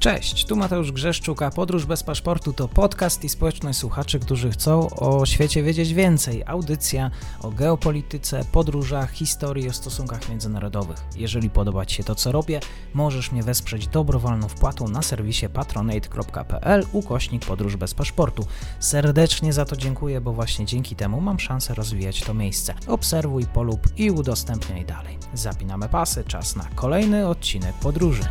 Cześć, tu Mateusz Grzeszczuk, a Podróż bez paszportu to podcast i społeczność słuchaczy, którzy chcą o świecie wiedzieć więcej. Audycja o geopolityce, podróżach, historii, o stosunkach międzynarodowych. Jeżeli podoba Ci się to, co robię, możesz mnie wesprzeć dobrowolną wpłatą na serwisie patronate.pl/podróż bez paszportu. Serdecznie za to dziękuję, bo właśnie dzięki temu mam szansę rozwijać to miejsce. Obserwuj, polub i udostępniaj dalej. Zapinamy pasy, czas na kolejny odcinek podróży.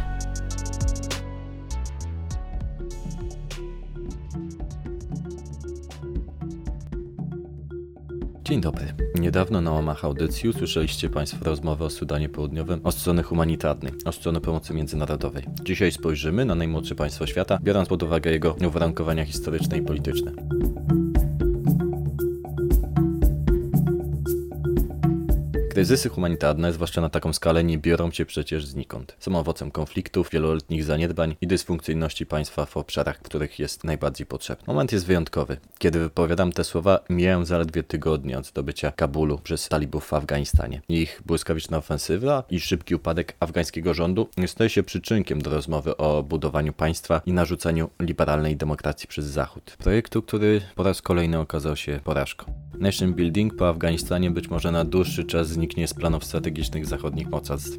Dzień dobry. Niedawno na łamach audycji usłyszeliście Państwo rozmowę o Sudanie Południowym od strony humanitarnej, od strony pomocy międzynarodowej. Dzisiaj spojrzymy na najmłodsze państwo świata, biorąc pod uwagę jego uwarunkowania historyczne i polityczne. Kryzysy humanitarne, zwłaszcza na taką skalę, nie biorą się przecież znikąd. Są owocem konfliktów, wieloletnich zaniedbań i dysfunkcyjności państwa w obszarach, w których jest najbardziej potrzebny. Moment jest wyjątkowy. Kiedy wypowiadam te słowa, mijają zaledwie tygodnie od zdobycia Kabulu przez talibów w Afganistanie. Ich błyskawiczna ofensywa i szybki upadek afgańskiego rządu staje się przyczynkiem do rozmowy o budowaniu państwa i narzucaniu liberalnej demokracji przez Zachód. Projektu, który po raz kolejny okazał się porażką. Nation building po Afganistanie być może na dłuższy czas zniknie z planów strategicznych zachodnich mocarstw.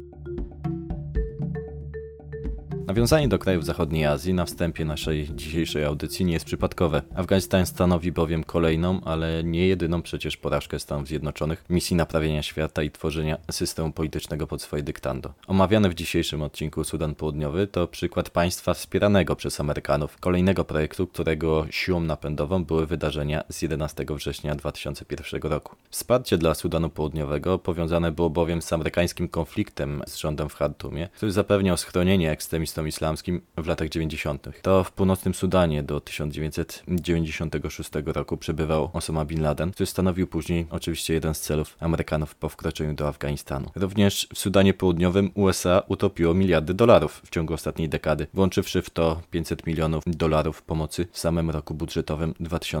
Nawiązanie do krajów zachodniej Azji na wstępie naszej dzisiejszej audycji nie jest przypadkowe. Afganistan stanowi bowiem kolejną, ale nie jedyną przecież porażkę Stanów Zjednoczonych w misji naprawienia świata i tworzenia systemu politycznego pod swoje dyktando. Omawiany w dzisiejszym odcinku Sudan Południowy to przykład państwa wspieranego przez Amerykanów, kolejnego projektu, którego siłą napędową były wydarzenia z 11 września 2001 roku. Wsparcie dla Sudanu Południowego powiązane było bowiem z amerykańskim konfliktem z rządem w Chartumie, który zapewniał schronienie ekstremistom islamskim w latach 90. To w północnym Sudanie do 1996 roku przebywał Osama Bin Laden, który stanowił później oczywiście jeden z celów Amerykanów po wkroczeniu do Afganistanu. Również w Sudanie Południowym USA utopiło miliardy dolarów w ciągu ostatniej dekady, włączywszy w to 500 milionów dolarów pomocy w samym roku budżetowym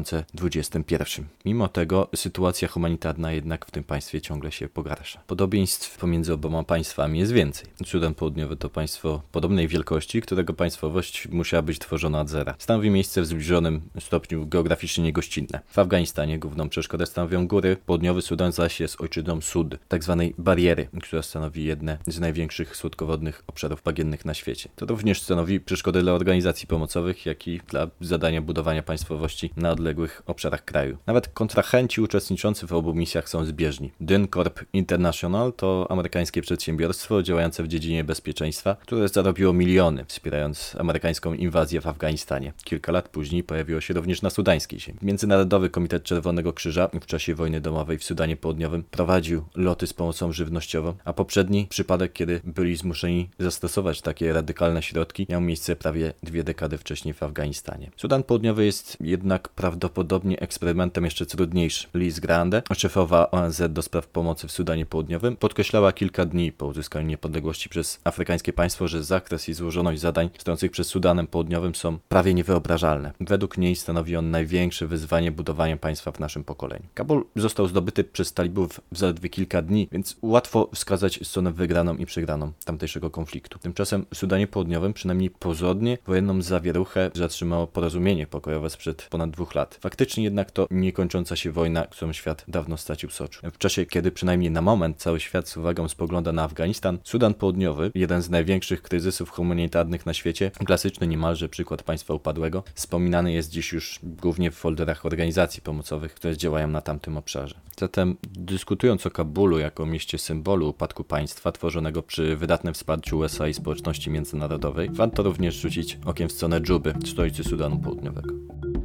2021. Mimo tego sytuacja humanitarna jednak w tym państwie ciągle się pogarsza. Podobieństw pomiędzy oboma państwami jest więcej. Sudan Południowy to państwo podobnej wielkości, którego państwowość musiała być tworzona od zera. Stanowi miejsce w zbliżonym stopniu geograficznie niegościnne. W Afganistanie główną przeszkodę stanowią góry, południowy Sudan zaś jest ojczyzną Sud, tzw. bariery, która stanowi jedne z największych słodkowodnych obszarów bagiennych na świecie. To również stanowi przeszkodę dla organizacji pomocowych, jak i dla zadania budowania państwowości na odległych obszarach kraju. Nawet kontrahenci uczestniczący w obu misjach są zbieżni. DIN Corp International to amerykańskie przedsiębiorstwo działające w dziedzinie bezpieczeństwa, które zarobiło miliony, wspierając amerykańską inwazję w Afganistanie. Kilka lat później pojawiło się również na sudańskiej ziemi. Międzynarodowy Komitet Czerwonego Krzyża w czasie wojny domowej w Sudanie Południowym prowadził loty z pomocą żywnościową, a poprzedni przypadek, kiedy byli zmuszeni zastosować takie radykalne środki, miał miejsce prawie 2 dekady wcześniej w Afganistanie. Sudan Południowy jest jednak prawdopodobnie eksperymentem jeszcze trudniejszym. Liz Grande, szefowa ONZ do spraw pomocy w Sudanie Południowym, podkreślała kilka dni po uzyskaniu niepodległości przez afrykańskie państwo, że zakres i złożoność zadań stojących przed Sudanem Południowym są prawie niewyobrażalne. Według niej stanowi on największe wyzwanie budowania państwa w naszym pokoleniu. Kabul został zdobyty przez talibów w zaledwie kilka dni, więc łatwo wskazać stronę wygraną i przegraną tamtejszego konfliktu. Tymczasem w Sudanie Południowym, przynajmniej pozornie, wojenną zawieruchę zatrzymało porozumienie pokojowe sprzed ponad 2 lat. Faktycznie jednak to niekończąca się wojna, którą świat dawno stracił z oczu. W czasie, kiedy przynajmniej na moment cały świat z uwagą spogląda na Afganistan, Sudan Południowy, jeden z największych kryzysów humanitarnych na świecie, klasyczny niemalże przykład państwa upadłego, wspominany jest dziś już głównie w folderach organizacji pomocowych, które działają na tamtym obszarze. Zatem dyskutując o Kabulu jako mieście symbolu upadku państwa tworzonego przy wydatnym wsparciu USA i społeczności międzynarodowej, warto również rzucić okiem w stronę Dżuby, stolicy Sudanu Południowego.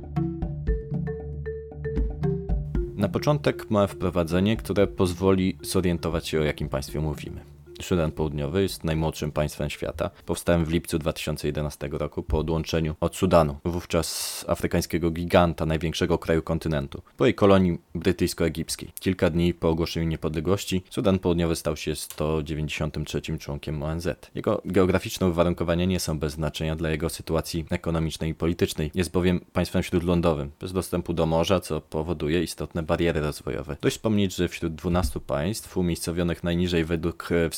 Na początek małe wprowadzenie, które pozwoli zorientować się, o jakim państwie mówimy. Sudan Południowy jest najmłodszym państwem świata. Powstałem w lipcu 2011 roku po odłączeniu od Sudanu, wówczas afrykańskiego giganta, największego kraju kontynentu, po jej kolonii brytyjsko-egipskiej. Kilka dni po ogłoszeniu niepodległości Sudan Południowy stał się 193. członkiem ONZ. Jego geograficzne uwarunkowania nie są bez znaczenia dla jego sytuacji ekonomicznej i politycznej. Jest bowiem państwem śródlądowym, bez dostępu do morza, co powoduje istotne bariery rozwojowe. Dość wspomnieć, że wśród 12 państw umiejscowionych najniżej według wskaźnika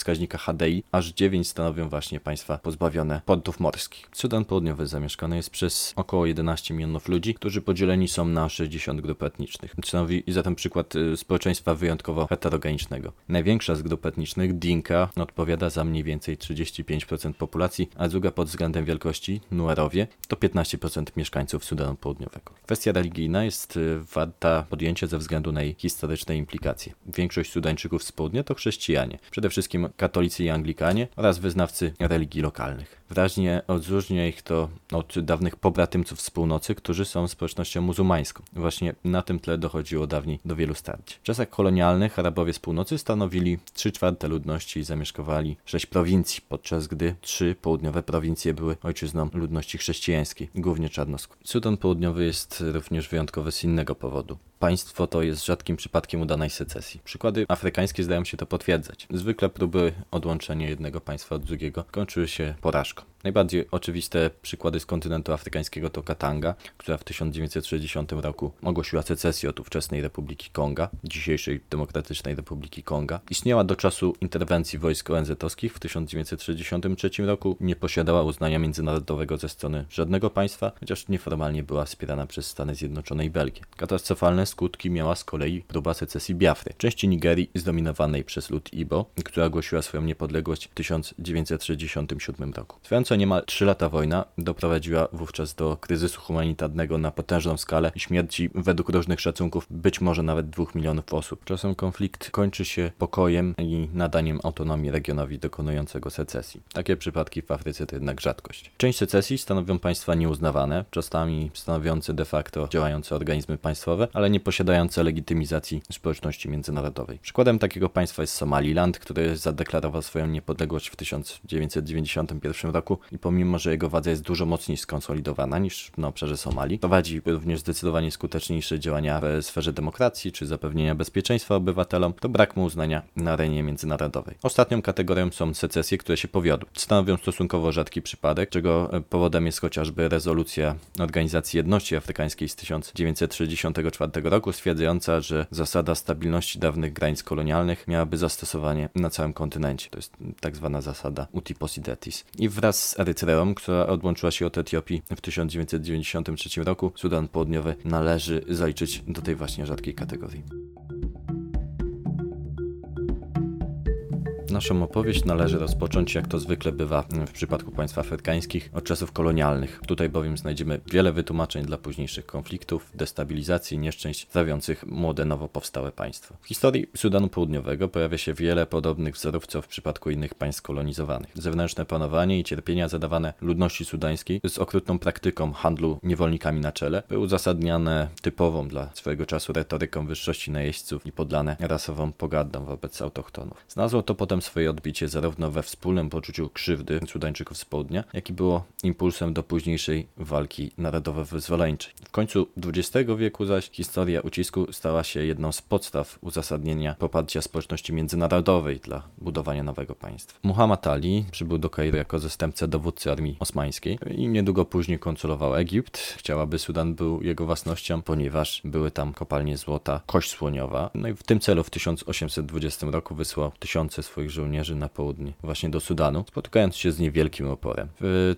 wskaźnika HDI, aż 9 stanowią właśnie państwa pozbawione portów morskich. Sudan Południowy zamieszkany jest przez około 11 milionów ludzi, którzy podzieleni są na 60 grup etnicznych. Stanowi zatem przykład społeczeństwa wyjątkowo heterogenicznego. Największa z grup etnicznych, Dinka, odpowiada za mniej więcej 35% populacji, a druga pod względem wielkości, Nuerowie, to 15% mieszkańców Sudanu Południowego. Kwestia religijna jest warta podjęcia ze względu na jej historyczne implikacje. Większość Sudańczyków z południa to chrześcijanie, przede wszystkim katolicy i anglikanie oraz wyznawcy religii lokalnych. Wyraźnie odróżnia ich to od dawnych pobratymców z północy, którzy są społecznością muzułmańską. Właśnie na tym tle dochodziło dawniej do wielu starć. W czasach kolonialnych Arabowie z północy stanowili 3/4 ludności i zamieszkowali 6 prowincji, podczas gdy 3 południowe prowincje były ojczyzną ludności chrześcijańskiej, głównie czarnoskórej. Sudan Południowy jest również wyjątkowy z innego powodu. Państwo to jest rzadkim przypadkiem udanej secesji. Przykłady afrykańskie zdają się to potwierdzać. Zwykle próby odłączenia jednego państwa od drugiego kończyły się porażką. Najbardziej oczywiste przykłady z kontynentu afrykańskiego to Katanga, która w 1960 roku ogłosiła secesję od ówczesnej Republiki Konga, dzisiejszej Demokratycznej Republiki Konga. Istniała do czasu interwencji wojsk ONZ-owskich w 1963 roku, nie posiadała uznania międzynarodowego ze strony żadnego państwa, chociaż nieformalnie była wspierana przez Stany Zjednoczone i Belgię. Katastrofalne skutki miała z kolei próba secesji Biafry, części Nigerii zdominowanej przez lud Igbo, która ogłosiła swoją niepodległość w 1967 roku. Trwająca niemal 3 lata wojna doprowadziła wówczas do kryzysu humanitarnego na potężną skalę i śmierci według różnych szacunków być może nawet 2 milionów osób. Czasem konflikt kończy się pokojem i nadaniem autonomii regionowi dokonującego secesji. Takie przypadki w Afryce to jednak rzadkość. Część secesji stanowią państwa nieuznawane, czasami stanowiące de facto działające organizmy państwowe, ale nie posiadające legitymizacji społeczności międzynarodowej. Przykładem takiego państwa jest Somaliland, który zadeklarował swoją niepodległość w 1991 roku i pomimo, że jego władza jest dużo mocniej skonsolidowana niż na obszarze Somalii, prowadzi również zdecydowanie skuteczniejsze działania w sferze demokracji czy zapewnienia bezpieczeństwa obywatelom, to brak mu uznania na arenie międzynarodowej. Ostatnią kategorią są secesje, które się powiodły. Stanowią stosunkowo rzadki przypadek, czego powodem jest chociażby rezolucja Organizacji Jedności Afrykańskiej z 1964 roku, stwierdzająca, że zasada stabilności dawnych granic kolonialnych miałaby zastosowanie na całym kontynencie. To jest tak zwana zasada uti possidetis. I wraz z Erytreą, która odłączyła się od Etiopii w 1993 roku, Sudan Południowy należy zaliczyć do tej właśnie rzadkiej kategorii. Naszą opowieść należy rozpocząć, jak to zwykle bywa w przypadku państw afrykańskich, od czasów kolonialnych. Tutaj bowiem znajdziemy wiele wytłumaczeń dla późniejszych konfliktów, destabilizacji, nieszczęść trawiących młode, nowo powstałe państwo. W historii Sudanu Południowego pojawia się wiele podobnych wzorów, co w przypadku innych państw kolonizowanych. Zewnętrzne panowanie i cierpienia zadawane ludności sudańskiej z okrutną praktyką handlu niewolnikami na czele były uzasadniane typową dla swojego czasu retoryką wyższości najeźdźców i podlane rasową pogardą wobec autochtonów. Znalazło to potem swoje odbicie zarówno we wspólnym poczuciu krzywdy Sudańczyków z południa, jak i było impulsem do późniejszej walki narodowo-wyzwoleńczej. W końcu XX wieku zaś historia ucisku stała się jedną z podstaw uzasadnienia poparcia społeczności międzynarodowej dla budowania nowego państwa. Muhammad Ali przybył do Kairu jako zastępca dowódcy armii osmańskiej i niedługo później kontrolował Egipt. Chciał, aby Sudan był jego własnością, ponieważ były tam kopalnie złota, kość słoniowa. No i w tym celu w 1820 roku wysłał tysiące swoich żołnierzy na południe, właśnie do Sudanu, spotykając się z niewielkim oporem. W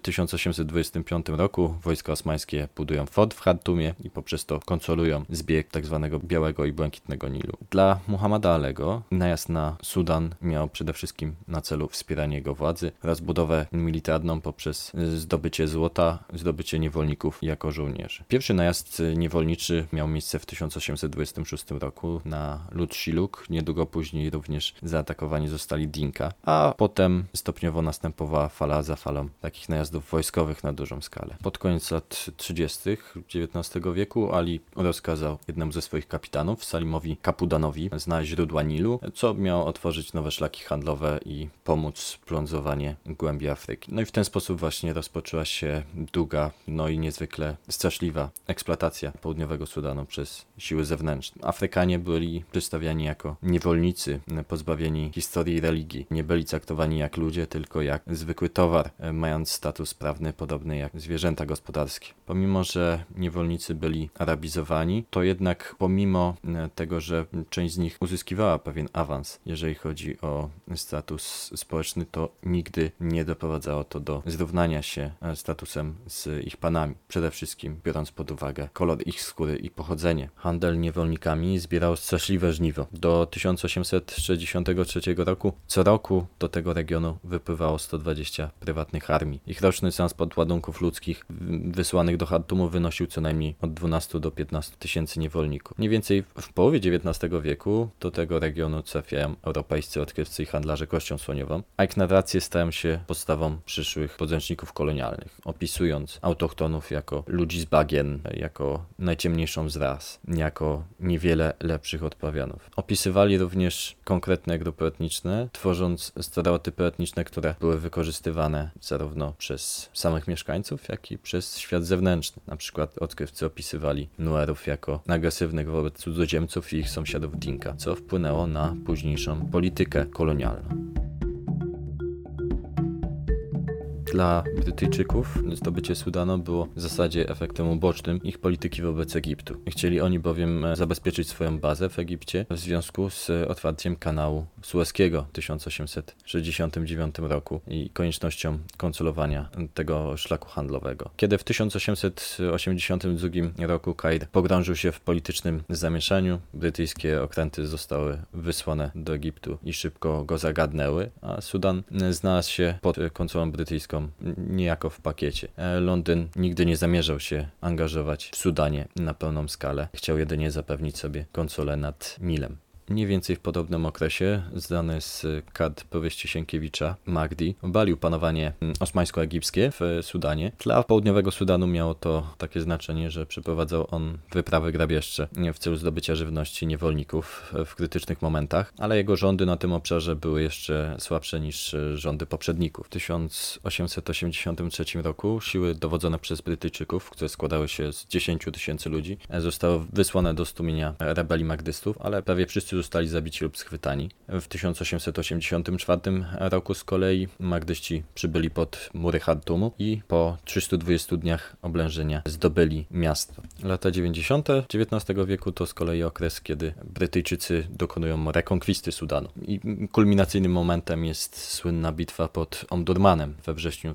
1825 roku wojska osmańskie budują fort w Chartumie i poprzez to kontrolują zbieg tzw. Białego i Błękitnego Nilu. Dla Muhammada Alego najazd na Sudan miał przede wszystkim na celu wspieranie jego władzy oraz budowę militarną poprzez zdobycie złota, zdobycie niewolników jako żołnierzy. Pierwszy najazd niewolniczy miał miejsce w 1826 roku na lud Shilluk, niedługo później również zaatakowani zostali Dinka, a potem stopniowo następowała fala za falą takich najazdów wojskowych na dużą skalę. Pod koniec lat 30. XIX wieku Ali rozkazał jednemu ze swoich kapitanów, Salimowi Kapudanowi, znaleźć źródła Nilu, co miało otworzyć nowe szlaki handlowe i pomóc w plądrowanie głębi Afryki. No i w ten sposób właśnie rozpoczęła się długa, no i niezwykle straszliwa eksploatacja południowego Sudanu przez siły zewnętrzne. Afrykanie byli przedstawiani jako niewolnicy, pozbawieni historii i religii. Nie byli traktowani jak ludzie, tylko jak zwykły towar, mając status prawny podobny jak zwierzęta gospodarskie. Pomimo, że niewolnicy byli arabizowani, to jednak pomimo tego, że część z nich uzyskiwała pewien awans, jeżeli chodzi o status społeczny, to nigdy nie doprowadzało to do zrównania się statusem z ich panami. Przede wszystkim biorąc pod uwagę kolor ich skóry i pochodzenie. Handel niewolnikami zbierał straszliwe żniwo. Do 1863 roku co roku do tego regionu wypływało 120 prywatnych armii. Ich roczny transport ładunków ludzkich wysłanych do Chartumu wynosił co najmniej od 12 do 15 tysięcy niewolników. Mniej więcej w połowie XIX wieku do tego regionu trafiają europejscy odkrywcy i handlarze kością słoniową, a ich narracje stają się podstawą przyszłych podręczników kolonialnych, opisując autochtonów jako ludzi z bagien, jako najciemniejszą z ras, jako niewiele lepszych od pawianów. Opisywali również konkretne grupy etniczne, tworząc stereotypy etniczne, które były wykorzystywane zarówno przez samych mieszkańców, jak i przez świat zewnętrzny. Na przykład odkrywcy opisywali Nuerów jako agresywnych wobec cudzoziemców i ich sąsiadów Dinka, co wpłynęło na późniejszą politykę kolonialną. Dla Brytyjczyków zdobycie Sudanu było w zasadzie efektem ubocznym ich polityki wobec Egiptu. Chcieli oni bowiem zabezpieczyć swoją bazę w Egipcie w związku z otwarciem kanału Sueskiego w 1869 roku i koniecznością kontrolowania tego szlaku handlowego. Kiedy w 1882 roku Kair pogrążył się w politycznym zamieszaniu, brytyjskie okręty zostały wysłane do Egiptu i szybko go zagadnęły, a Sudan znalazł się pod kontrolą brytyjską niejako w pakiecie. Londyn nigdy nie zamierzał się angażować w Sudanie na pełną skalę. Chciał jedynie zapewnić sobie kontrolę nad Nilem. Mniej więcej w podobnym okresie znany z kart powieści Sienkiewicza Mahdi obalił panowanie osmańsko-egipskie w Sudanie. Dla południowego Sudanu miało to takie znaczenie, że przeprowadzał on wyprawy grabieżcze w celu zdobycia żywności niewolników w krytycznych momentach, ale jego rządy na tym obszarze były jeszcze słabsze niż rządy poprzedników. W 1883 roku siły dowodzone przez Brytyjczyków, które składały się z 10 tysięcy ludzi, zostały wysłane do stumienia rebelii mahdystów, ale prawie wszyscy zostali zabici lub schwytani. W 1884 roku z kolei Mahdyści przybyli pod mury Chartumu i po 320 dniach oblężenia zdobyli miasto. Lata 90. XIX wieku to z kolei okres, kiedy Brytyjczycy dokonują rekonkwisty Sudanu. I kulminacyjnym momentem jest słynna bitwa pod Omdurmanem we wrześniu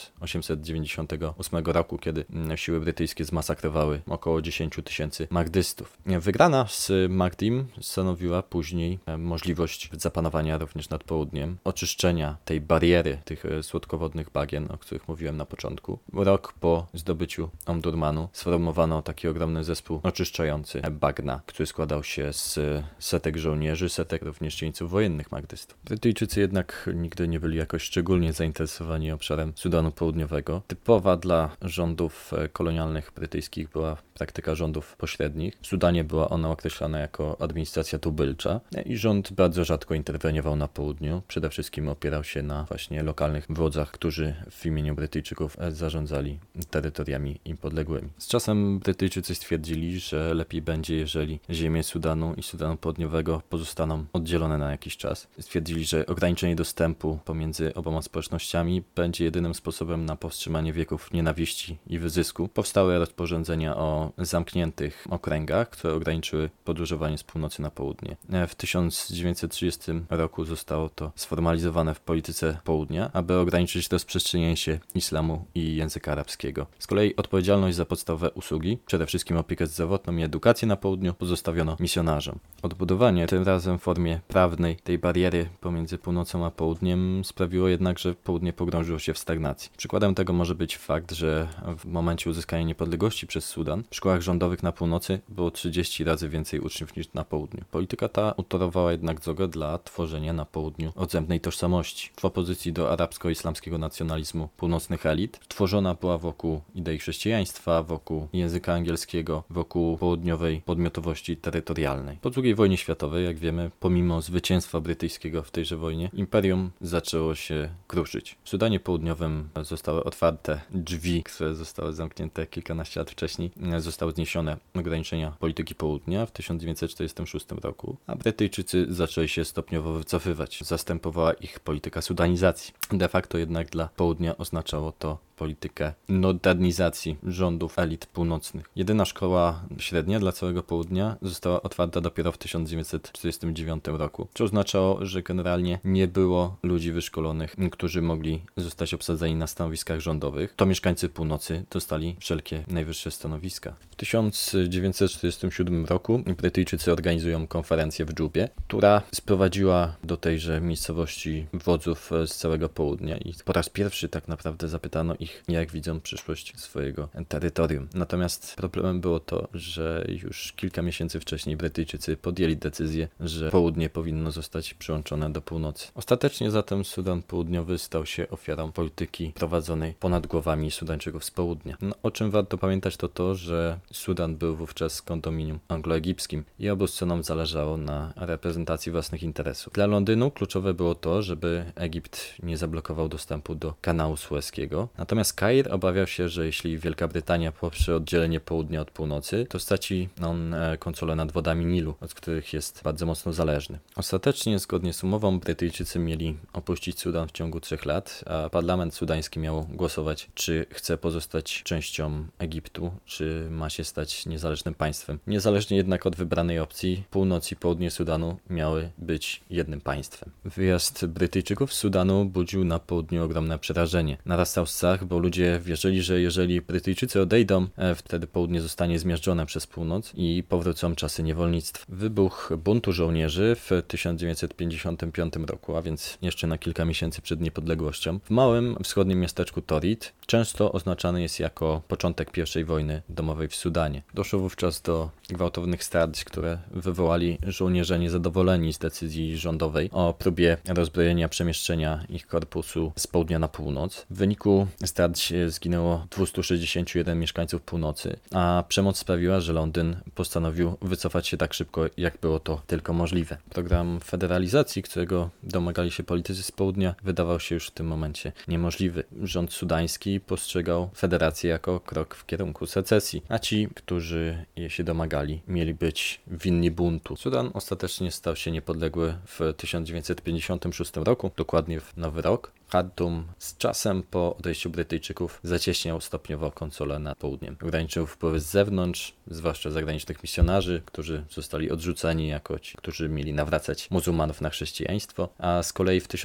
1898 roku, kiedy siły brytyjskie zmasakrowały około 10 tysięcy Mahdystów. Wygrana z Mahdim stanowiła później możliwość zapanowania również nad południem, oczyszczenia tej bariery, tych słodkowodnych bagien, o których mówiłem na początku. Rok po zdobyciu Omdurmanu sformowano taki ogromny zespół oczyszczający bagna, który składał się z setek żołnierzy, setek również jeńców wojennych mahdystów. Brytyjczycy jednak nigdy nie byli jakoś szczególnie zainteresowani obszarem Sudanu Południowego. Typowa dla rządów kolonialnych brytyjskich była praktyka rządów pośrednich. W Sudanie była ona określana jako administracja tubylcza i rząd bardzo rzadko interweniował na południu. Przede wszystkim opierał się na właśnie lokalnych wodzach, którzy w imieniu Brytyjczyków zarządzali terytoriami im podległymi. Z czasem Brytyjczycy stwierdzili, że lepiej będzie, jeżeli ziemie Sudanu i Sudanu Południowego pozostaną oddzielone na jakiś czas. Stwierdzili, że ograniczenie dostępu pomiędzy oboma społecznościami będzie jedynym sposobem na powstrzymanie wieków nienawiści i wyzysku. Powstały rozporządzenia o zamkniętych okręgach, które ograniczyły podróżowanie z północy na południe. W 1930 roku zostało to sformalizowane w polityce południa, aby ograniczyć rozprzestrzenianie się islamu i języka arabskiego. Z kolei odpowiedzialność za podstawowe usługi, przede wszystkim opiekę zdrowotną i edukację na południu, pozostawiono misjonarzom. Odbudowanie, tym razem w formie prawnej, tej bariery pomiędzy północą a południem sprawiło jednak, że południe pogrążyło się w stagnacji. Przykładem tego może być fakt, że w momencie uzyskania niepodległości przez Sudan w szkołach rządowych na północy było 30 razy więcej uczniów niż na południu. Polityka ta utorowała jednak drogę dla tworzenia na południu odrębnej tożsamości. W opozycji do arabsko-islamskiego nacjonalizmu północnych elit tworzona była wokół idei chrześcijaństwa, wokół języka angielskiego, wokół południowej podmiotowości terytorialnej. Po II wojnie światowej, jak wiemy, pomimo zwycięstwa brytyjskiego w tejże wojnie, imperium zaczęło się kruszyć. W Sudanie Południowym zostały otwarte drzwi, które zostały zamknięte kilkanaście lat wcześniej, zostały zniesione ograniczenia polityki południa w 1946 roku, a Brytyjczycy zaczęli się stopniowo wycofywać. Zastępowała ich polityka sudanizacji. De facto jednak dla południa oznaczało to politykę modernizacji rządów elit północnych. Jedyna szkoła średnia dla całego południa została otwarta dopiero w 1949 roku, co oznaczało, że generalnie nie było ludzi wyszkolonych, którzy mogli zostać obsadzeni na stanowiskach rządowych. To mieszkańcy północy dostali wszelkie najwyższe stanowiska. W 1947 roku Brytyjczycy organizują konferencję w Dżubie, która sprowadziła do tejże miejscowości wodzów z całego południa i po raz pierwszy tak naprawdę zapytano ich, jak widzą przyszłość swojego terytorium. Natomiast problemem było to, że już kilka miesięcy wcześniej Brytyjczycy podjęli decyzję, że południe powinno zostać przyłączone do północy. Ostatecznie zatem Sudan Południowy stał się ofiarą polityki prowadzonej ponad głowami Sudańczyków z południa. O czym warto pamiętać to, że Sudan był wówczas kondominium anglo-egipskim i obu stronom zależało na reprezentacji własnych interesów. Dla Londynu kluczowe było to, żeby Egipt nie zablokował dostępu do kanału Sueskiego. Natomiast Kair obawiał się, że jeśli Wielka Brytania poprze oddzielenie południa od północy, to straci on kontrolę nad wodami Nilu, od których jest bardzo mocno zależny. Ostatecznie, zgodnie z umową, Brytyjczycy mieli opuścić Sudan w ciągu 3 lat, a parlament sudański miał głosować, czy chce pozostać częścią Egiptu, czy ma się stać niezależnym państwem. Niezależnie jednak od wybranej opcji, północ i południe Sudanu miały być jednym państwem. Wyjazd Brytyjczyków z Sudanu budził na południu ogromne przerażenie. Narastał strach, bo ludzie wierzyli, że jeżeli Brytyjczycy odejdą, wtedy południe zostanie zmiażdżone przez północ i powrócą czasy niewolnictwa. Wybuch buntu żołnierzy w 1955 roku, a więc jeszcze na kilka miesięcy przed niepodległością, w małym wschodnim miasteczku Torit, często oznaczany jest jako początek pierwszej wojny domowej w Sudanie. Doszło wówczas do gwałtownych starć, które wywołali żołnierze niezadowoleni z decyzji rządowej o próbie rozbrojenia przemieszczenia ich korpusu z południa na północ. W wyniku starć zginęło 261 mieszkańców północy, a przemoc sprawiła, że Londyn postanowił wycofać się tak szybko, jak było to tylko możliwe. Program federalizacji, którego domagali się politycy z południa, wydawał się już w tym momencie niemożliwy. Rząd sudański postrzegał federację jako krok w kierunku secesji, a ci, którzy jej się domagali, mieli być winni buntu. Sudan ostatecznie stał się niepodległy w 1956 roku, dokładnie w Nowy Rok. Chartum z czasem po odejściu Brytyjczyków zacieśniał stopniowo kontrolę nad południem. Ograniczył wpływy z zewnątrz, zwłaszcza zagranicznych misjonarzy, którzy zostali odrzuceni jako ci, którzy mieli nawracać muzułmanów na chrześcijaństwo, a z kolei w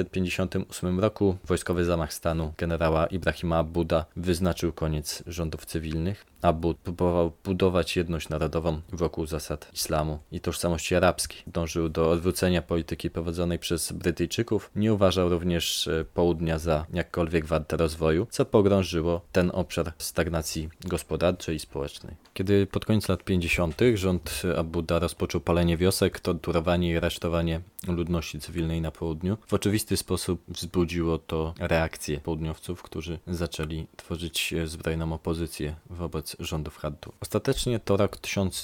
1958 roku wojskowy zamach stanu generała Ibrahima Abuda wyznaczył koniec rządów cywilnych. Abud próbował budować jedność narodową wokół zasad islamu i tożsamości arabskiej. Dążył do odwrócenia polityki prowadzonej przez Brytyjczyków. Nie uważał również południa za jakkolwiek warte rozwoju, co pogrążyło ten obszar w stagnacji gospodarczej i społecznej. Kiedy pod koniec lat 50. rząd Abuda rozpoczął palenie wiosek, torturowanie i aresztowanie ludności cywilnej na południu, w oczywisty sposób wzbudziło to reakcję południowców, którzy zaczęli tworzyć zbrojną opozycję wobec rządów Chartum. Ostatecznie to rok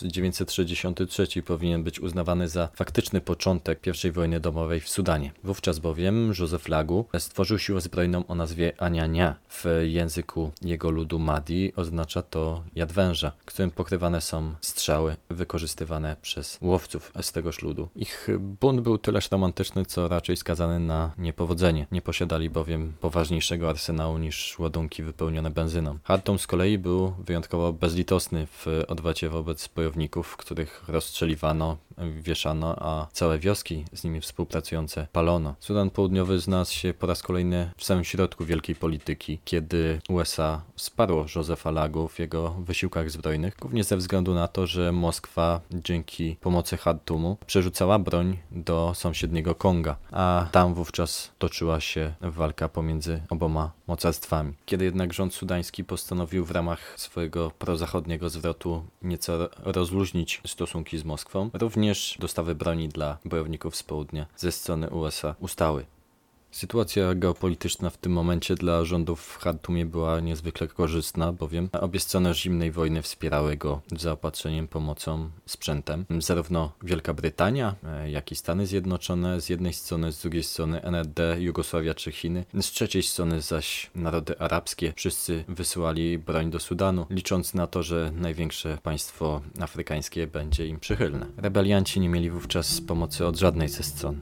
1963 powinien być uznawany za faktyczny początek pierwszej wojny domowej w Sudanie. Wówczas bowiem Józef Lagu stworzył siłę zbrojną o nazwie Aniania. W języku jego ludu Madi oznacza to jad węża, którym pokrywane są strzały wykorzystywane przez łowców z tegoż ludu. Ich bunt był tyleż romantyczny, co raczej skazany na niepowodzenie. Nie posiadali bowiem poważniejszego arsenału niż ładunki wypełnione benzyną. Chartum z kolei był wyjątkowo bezlitosny w odwecie wobec bojowników, których rozstrzeliwano, wieszano, a całe wioski z nimi współpracujące palono. Sudan Południowy znalazł się po raz kolejny w samym środku wielkiej polityki, kiedy USA wsparło Józefa Lagu w jego wysiłkach zbrojnych, głównie ze względu na to, że Moskwa dzięki pomocy Chartumu przerzucała broń do sąsiedniego Konga, a tam wówczas toczyła się walka pomiędzy oboma mocarstwami. Kiedy jednak rząd sudański postanowił w ramach swojego prozachodniego zwrotu nieco rozluźnić stosunki z Moskwą, również dostawy broni dla bojowników z południa ze strony USA ustały. Sytuacja geopolityczna w tym momencie dla rządów w Chartumie była niezwykle korzystna, bowiem obie strony zimnej wojny wspierały go zaopatrzeniem, pomocą, sprzętem. Zarówno Wielka Brytania, jak i Stany Zjednoczone z jednej strony, z drugiej strony NRD, Jugosławia czy Chiny, z trzeciej strony zaś narody arabskie. Wszyscy wysyłali broń do Sudanu, licząc na to, że największe państwo afrykańskie będzie im przychylne. Rebelianci nie mieli wówczas pomocy od żadnej ze stron.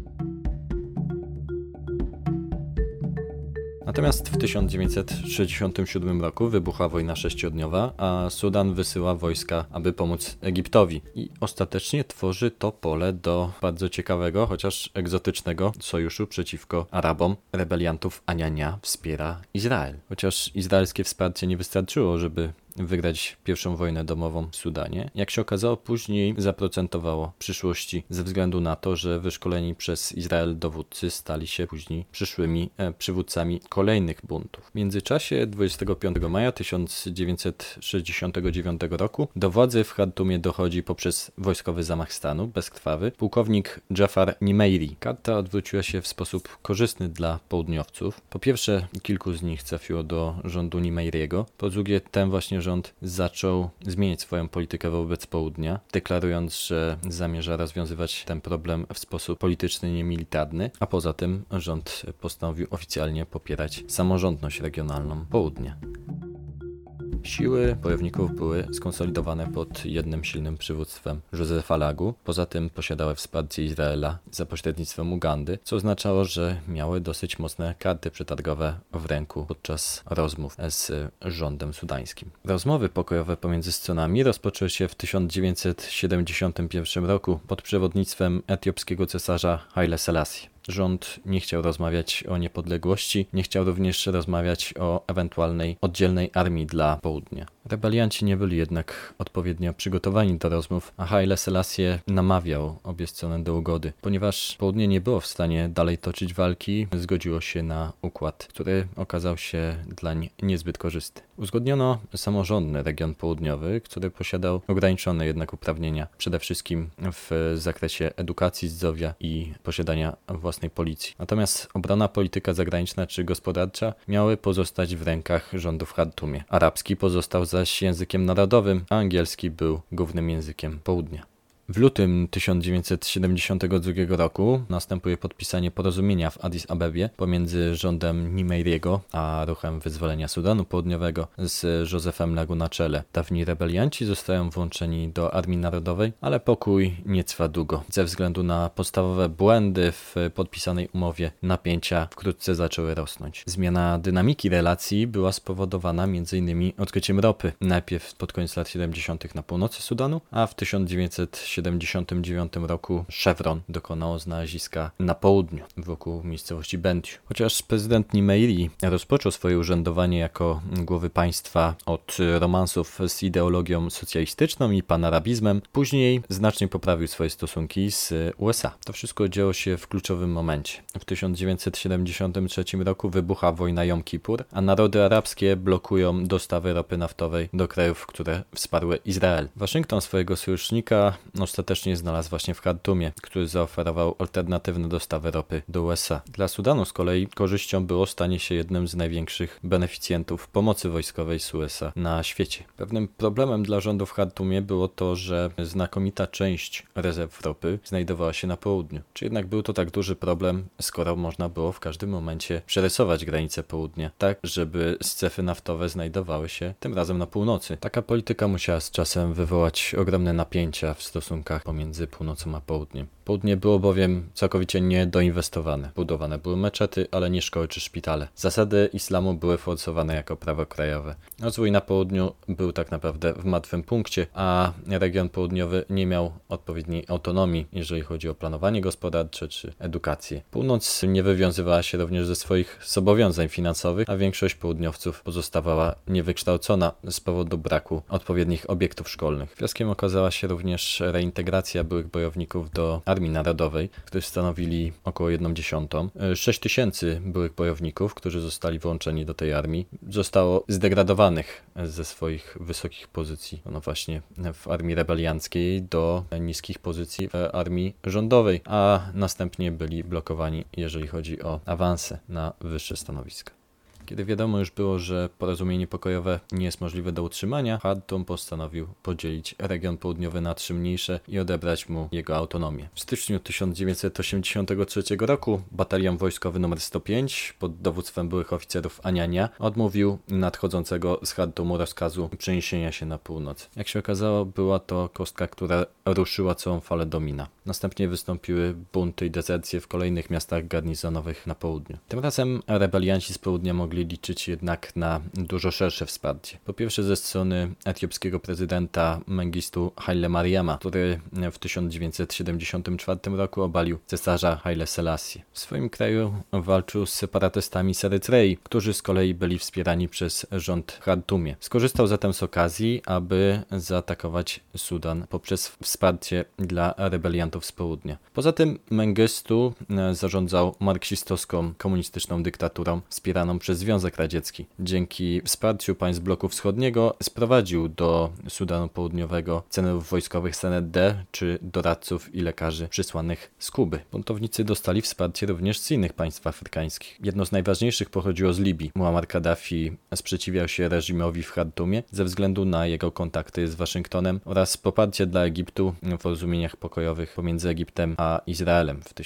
Natomiast w 1967 roku wybucha wojna sześciodniowa, a Sudan wysyła wojska, aby pomóc Egiptowi. I ostatecznie tworzy to pole do bardzo ciekawego, chociaż egzotycznego sojuszu przeciwko Arabom. Rebeliantów Aniania wspiera Izrael. Chociaż izraelskie wsparcie nie wystarczyło, żeby wygrać pierwszą wojnę domową w Sudanie. Jak się okazało, później zaprocentowało w przyszłości ze względu na to, że wyszkoleni przez Izrael dowódcy stali się później przyszłymi przywódcami kolejnych buntów. W międzyczasie 25 maja 1969 roku do władzy w Chartumie dochodzi poprzez wojskowy zamach stanu, bezkrwawy, pułkownik Jafar Nimeiri. Karta odwróciła się w sposób korzystny dla południowców. Po pierwsze, kilku z nich trafiło do rządu Nimeiriego. Po drugie, ten właśnie rząd zaczął zmieniać swoją politykę wobec południa, deklarując, że zamierza rozwiązywać ten problem w sposób polityczny, nie militarny, a poza tym rząd postanowił oficjalnie popierać samorządność regionalną południa. Siły bojowników były skonsolidowane pod jednym silnym przywództwem Józefa Lagu. Poza tym posiadały wsparcie Izraela za pośrednictwem Ugandy, co oznaczało, że miały dosyć mocne karty przetargowe w ręku podczas rozmów z rządem sudańskim. Rozmowy pokojowe pomiędzy stronami rozpoczęły się w 1971 roku pod przewodnictwem etiopskiego cesarza Haile Selassie. Rząd nie chciał rozmawiać o niepodległości, nie chciał również rozmawiać o ewentualnej oddzielnej armii dla południa. Rebelianci nie byli jednak odpowiednio przygotowani do rozmów, a Haile Selassie namawiał obie strony do ugody. Ponieważ południe nie było w stanie dalej toczyć walki, zgodziło się na układ, który okazał się dlań niezbyt korzystny. Uzgodniono samorządny region południowy, który posiadał ograniczone jednak uprawnienia, przede wszystkim w zakresie edukacji, zdrowia i posiadania własnej policji. Natomiast obrona polityka zagraniczna czy gospodarcza miały pozostać w rękach rządu w Chartumie. Arabski pozostał zaś językiem narodowym, a angielski był głównym językiem południa. W lutym 1972 roku następuje podpisanie porozumienia w Addis Abebie pomiędzy rządem Nimeiriego a Ruchem Wyzwolenia Sudanu Południowego z Józefem Lagu na czele. Dawni rebelianci zostają włączeni do Armii Narodowej, ale pokój nie trwa długo. Ze względu na podstawowe błędy w podpisanej umowie napięcia wkrótce zaczęły rosnąć. Zmiana dynamiki relacji była spowodowana m.in. odkryciem ropy. Najpierw pod koniec lat 70. na północy Sudanu, a w 1979 roku Chevron dokonało znaleziska na południu, wokół miejscowości Bentiu. Chociaż prezydent Nimeiri rozpoczął swoje urzędowanie jako głowy państwa od romansów z ideologią socjalistyczną i panarabizmem, później znacznie poprawił swoje stosunki z USA. To wszystko działo się w kluczowym momencie. W 1973 roku wybucha wojna Jom Kippur, a narody arabskie blokują dostawy ropy naftowej do krajów, które wsparły Izrael. Waszyngton swojego sojusznika ostatecznie znalazł właśnie w Chartumie, który zaoferował alternatywne dostawy ropy do USA. Dla Sudanu z kolei korzyścią było stanie się jednym z największych beneficjentów pomocy wojskowej z USA na świecie. Pewnym problemem dla rządu w Chartumie było to, że znakomita część rezerw ropy znajdowała się na południu. Czy jednak był to tak duży problem, skoro można było w każdym momencie przerysować granice południa, tak żeby strefy naftowe znajdowały się tym razem na północy. Taka polityka musiała z czasem wywołać ogromne napięcia w stosunkach pomiędzy północą a południem. Południe było bowiem całkowicie niedoinwestowane. Budowane były meczety, ale nie szkoły czy szpitale. Zasady islamu były forsowane jako prawo krajowe. Rozwój na południu był tak naprawdę w martwym punkcie, a region południowy nie miał odpowiedniej autonomii, jeżeli chodzi o planowanie gospodarcze czy edukację. Północ nie wywiązywała się również ze swoich zobowiązań finansowych, a większość południowców pozostawała niewykształcona z powodu braku odpowiednich obiektów szkolnych. Wnioskiem okazała się również reintegracja byłych bojowników do Armii Narodowej, którzy stanowili około 1/10. 6 tysięcy byłych bojowników, którzy zostali włączeni do tej armii, zostało zdegradowanych ze swoich wysokich pozycji, no właśnie w armii rebelianckiej, do niskich pozycji w armii rządowej, a następnie byli blokowani, jeżeli chodzi o awanse na wyższe stanowiska. Kiedy wiadomo już było, że porozumienie pokojowe nie jest możliwe do utrzymania, Khartum postanowił podzielić region południowy na 3 mniejsze i odebrać mu jego autonomię. W styczniu 1983 roku batalion wojskowy nr 105 pod dowództwem byłych oficerów Aniania odmówił nadchodzącego z Khartumu rozkazu przeniesienia się na północ. Jak się okazało, była to kostka, która ruszyła całą falę domina. Następnie wystąpiły bunty i dezercje w kolejnych miastach garnizonowych na południu. Tym razem rebelianci z południa mogli liczyć jednak na dużo szersze wsparcie. Po pierwsze ze strony etiopskiego prezydenta Mengistu Haile Mariama, który w 1974 roku obalił cesarza Haile Selassie. W swoim kraju walczył z separatystami z Erytrei, którzy z kolei byli wspierani przez rząd w Khartumie. Skorzystał zatem z okazji, aby zaatakować Sudan poprzez wsparcie dla rebeliantów z południa. Poza tym Mengistu zarządzał marksistowską komunistyczną dyktaturą wspieraną przez Związek Radziecki. Dzięki wsparciu państw bloku wschodniego sprowadził do Sudanu Południowego generałów wojskowych z NRD czy doradców i lekarzy przysłanych z Kuby. Buntownicy dostali wsparcie również z innych państw afrykańskich. Jedno z najważniejszych pochodziło z Libii. Muammar Kaddafi sprzeciwiał się reżimowi w Khartumie ze względu na jego kontakty z Waszyngtonem oraz poparcie dla Egiptu w porozumieniach pokojowych pomiędzy Egiptem a Izraelem w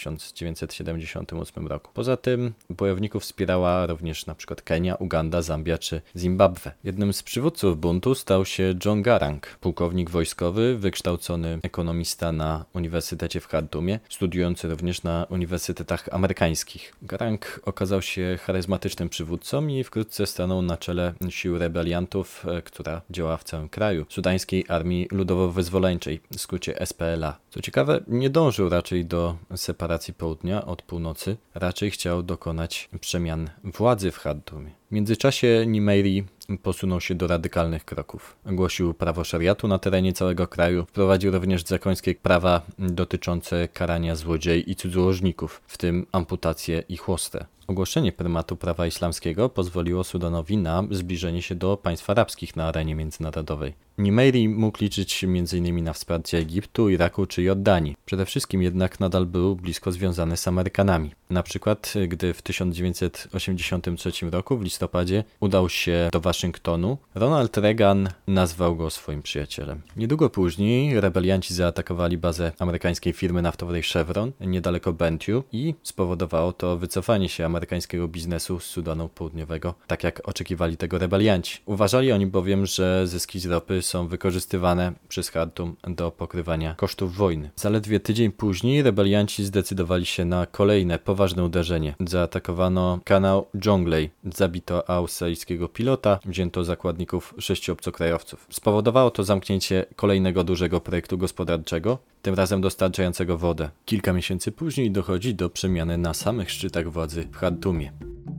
1978 roku. Poza tym bojowników wspierała również na przykład Kenia, Uganda, Zambia czy Zimbabwe. Jednym z przywódców buntu stał się John Garang, pułkownik wojskowy, wykształcony ekonomista na Uniwersytecie w Khartumie, studiujący również na uniwersytetach amerykańskich. Garang okazał się charyzmatycznym przywódcą i wkrótce stanął na czele sił rebeliantów, która działała w całym kraju, Sudańskiej Armii Ludowo-Wyzwoleńczej, w skrócie SPLA. Co ciekawe, nie dążył raczej do separacji południa od północy, raczej chciał dokonać przemian władzy w Khartumie. W międzyczasie Nimeiri posunął się do radykalnych kroków. Ogłosił prawo szariatu na terenie całego kraju, wprowadził również drakońskie prawa dotyczące karania złodziei i cudzołożników, w tym amputację i chłostę. Ogłoszenie prymatu prawa islamskiego pozwoliło Sudanowi na zbliżenie się do państw arabskich na arenie międzynarodowej. Nimeiri mógł liczyć m.in. na wsparcie Egiptu, Iraku czy Jordanii. Przede wszystkim jednak nadal był blisko związany z Amerykanami. Na przykład, gdy w 1983 roku w listopadzie udał się do Waszyngtonu, Ronald Reagan nazwał go swoim przyjacielem. Niedługo później rebelianci zaatakowali bazę amerykańskiej firmy naftowej Chevron niedaleko Bentiu i spowodowało to wycofanie się amerykańskiego biznesu z Sudanu Południowego, tak jak oczekiwali tego rebelianci. Uważali oni bowiem, że zyski z ropy są wykorzystywane przez Khartum do pokrywania kosztów wojny. Zaledwie tydzień później rebelianci zdecydowali się na kolejne poważne uderzenie. Zaatakowano kanał Jonglei, zabito australijskiego pilota, wzięto zakładników 6 obcokrajowców. Spowodowało to zamknięcie kolejnego dużego projektu gospodarczego, tym razem dostarczającego wodę. Kilka miesięcy później dochodzi do przemiany na samych szczytach władzy w Khartumie.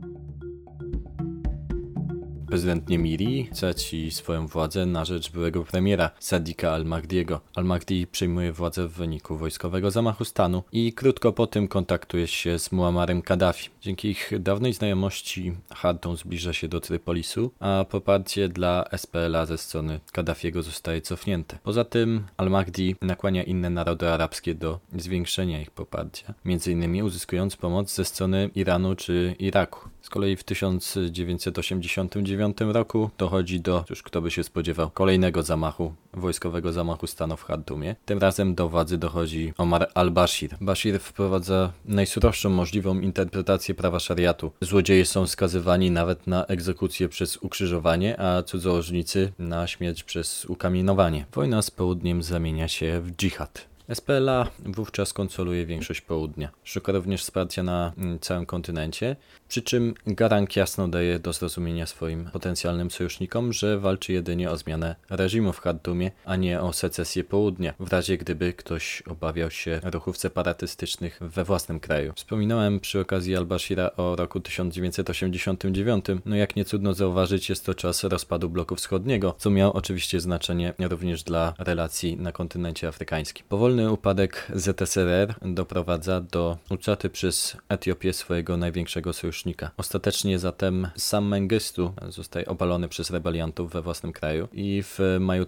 Prezydent Nimeiri traci swoją władzę na rzecz byłego premiera Sadika al-Mahdiego. Al-Mahdi przejmuje władzę w wyniku wojskowego zamachu stanu i krótko po tym kontaktuje się z Muammarem Kaddafi. Dzięki ich dawnej znajomości Khartum zbliża się do Trypolisu, a poparcie dla SPLA ze strony Kaddafiego zostaje cofnięte. Poza tym al-Mahdi nakłania inne narody arabskie do zwiększenia ich poparcia, m.in. uzyskując pomoc ze strony Iranu czy Iraku. Z kolei w 1989 roku dochodzi do, cóż kto by się spodziewał, kolejnego wojskowego zamachu stanu w Khartumie. Tym razem do władzy dochodzi Omar al-Bashir. Bashir wprowadza najsurowszą możliwą interpretację prawa szariatu. Złodzieje są skazywani nawet na egzekucję przez ukrzyżowanie, a cudzołożnicy na śmierć przez ukamienowanie. Wojna z południem zamienia się w dżihad. SPLA wówczas kontroluje większość południa. Szuka również wsparcia na całym kontynencie Przy czym Garang jasno daje do zrozumienia swoim potencjalnym sojusznikom, że walczy jedynie o zmianę reżimu w Chartumie, a nie o secesję południa, w razie gdyby ktoś obawiał się ruchów separatystycznych we własnym kraju. Wspominałem przy okazji al-Bashira o roku 1989, no jak nie trudno zauważyć, jest to czas rozpadu bloku wschodniego, co miało oczywiście znaczenie również dla relacji na kontynencie afrykańskim. Powolny upadek ZSRR doprowadza do utraty przez Etiopię swojego największego sojusznika. Ostatecznie zatem sam Mengistu zostaje obalony przez rebeliantów we własnym kraju i w maju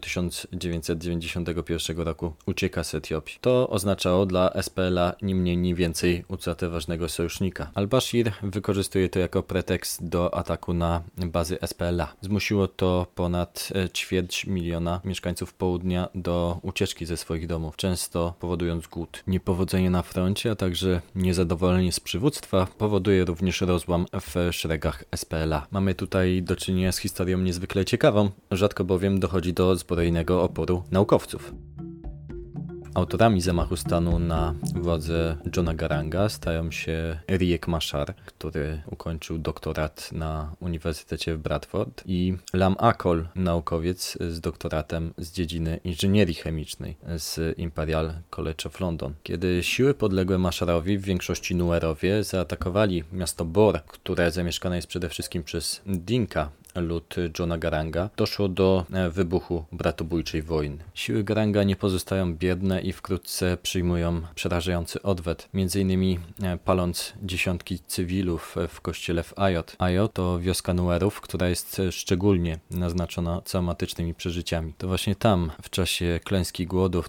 1991 roku ucieka z Etiopii. To oznaczało dla SPLA ni mniej ni więcej utratę ważnego sojusznika. Al-Bashir wykorzystuje to jako pretekst do ataku na bazy SPLA. Zmusiło to ponad 250 000 mieszkańców południa do ucieczki ze swoich domów, często powodując głód. Niepowodzenie na froncie, a także niezadowolenie z przywództwa powoduje również rozłam w szeregach SPLA. Mamy tutaj do czynienia z historią niezwykle ciekawą, rzadko bowiem dochodzi do zbrojnego oporu naukowców. Autorami zamachu stanu na władzę Johna Garanga stają się Riek Machar, który ukończył doktorat na Uniwersytecie w Bradford, i Lam Akol, naukowiec z doktoratem z dziedziny inżynierii chemicznej z Imperial College of London. Kiedy siły podległe Macharowi, w większości Nuerowie, zaatakowali miasto Bor, które zamieszkane jest przede wszystkim przez Dinka, lud Johna Garanga, doszło do wybuchu bratobójczej wojny. Siły Garanga nie pozostają biedne i wkrótce przyjmują przerażający odwet, m.in. paląc dziesiątki cywilów w kościele w Ayot. Ayot to wioska Nuerów, która jest szczególnie naznaczona traumatycznymi przeżyciami. To właśnie tam w czasie klęski głodu w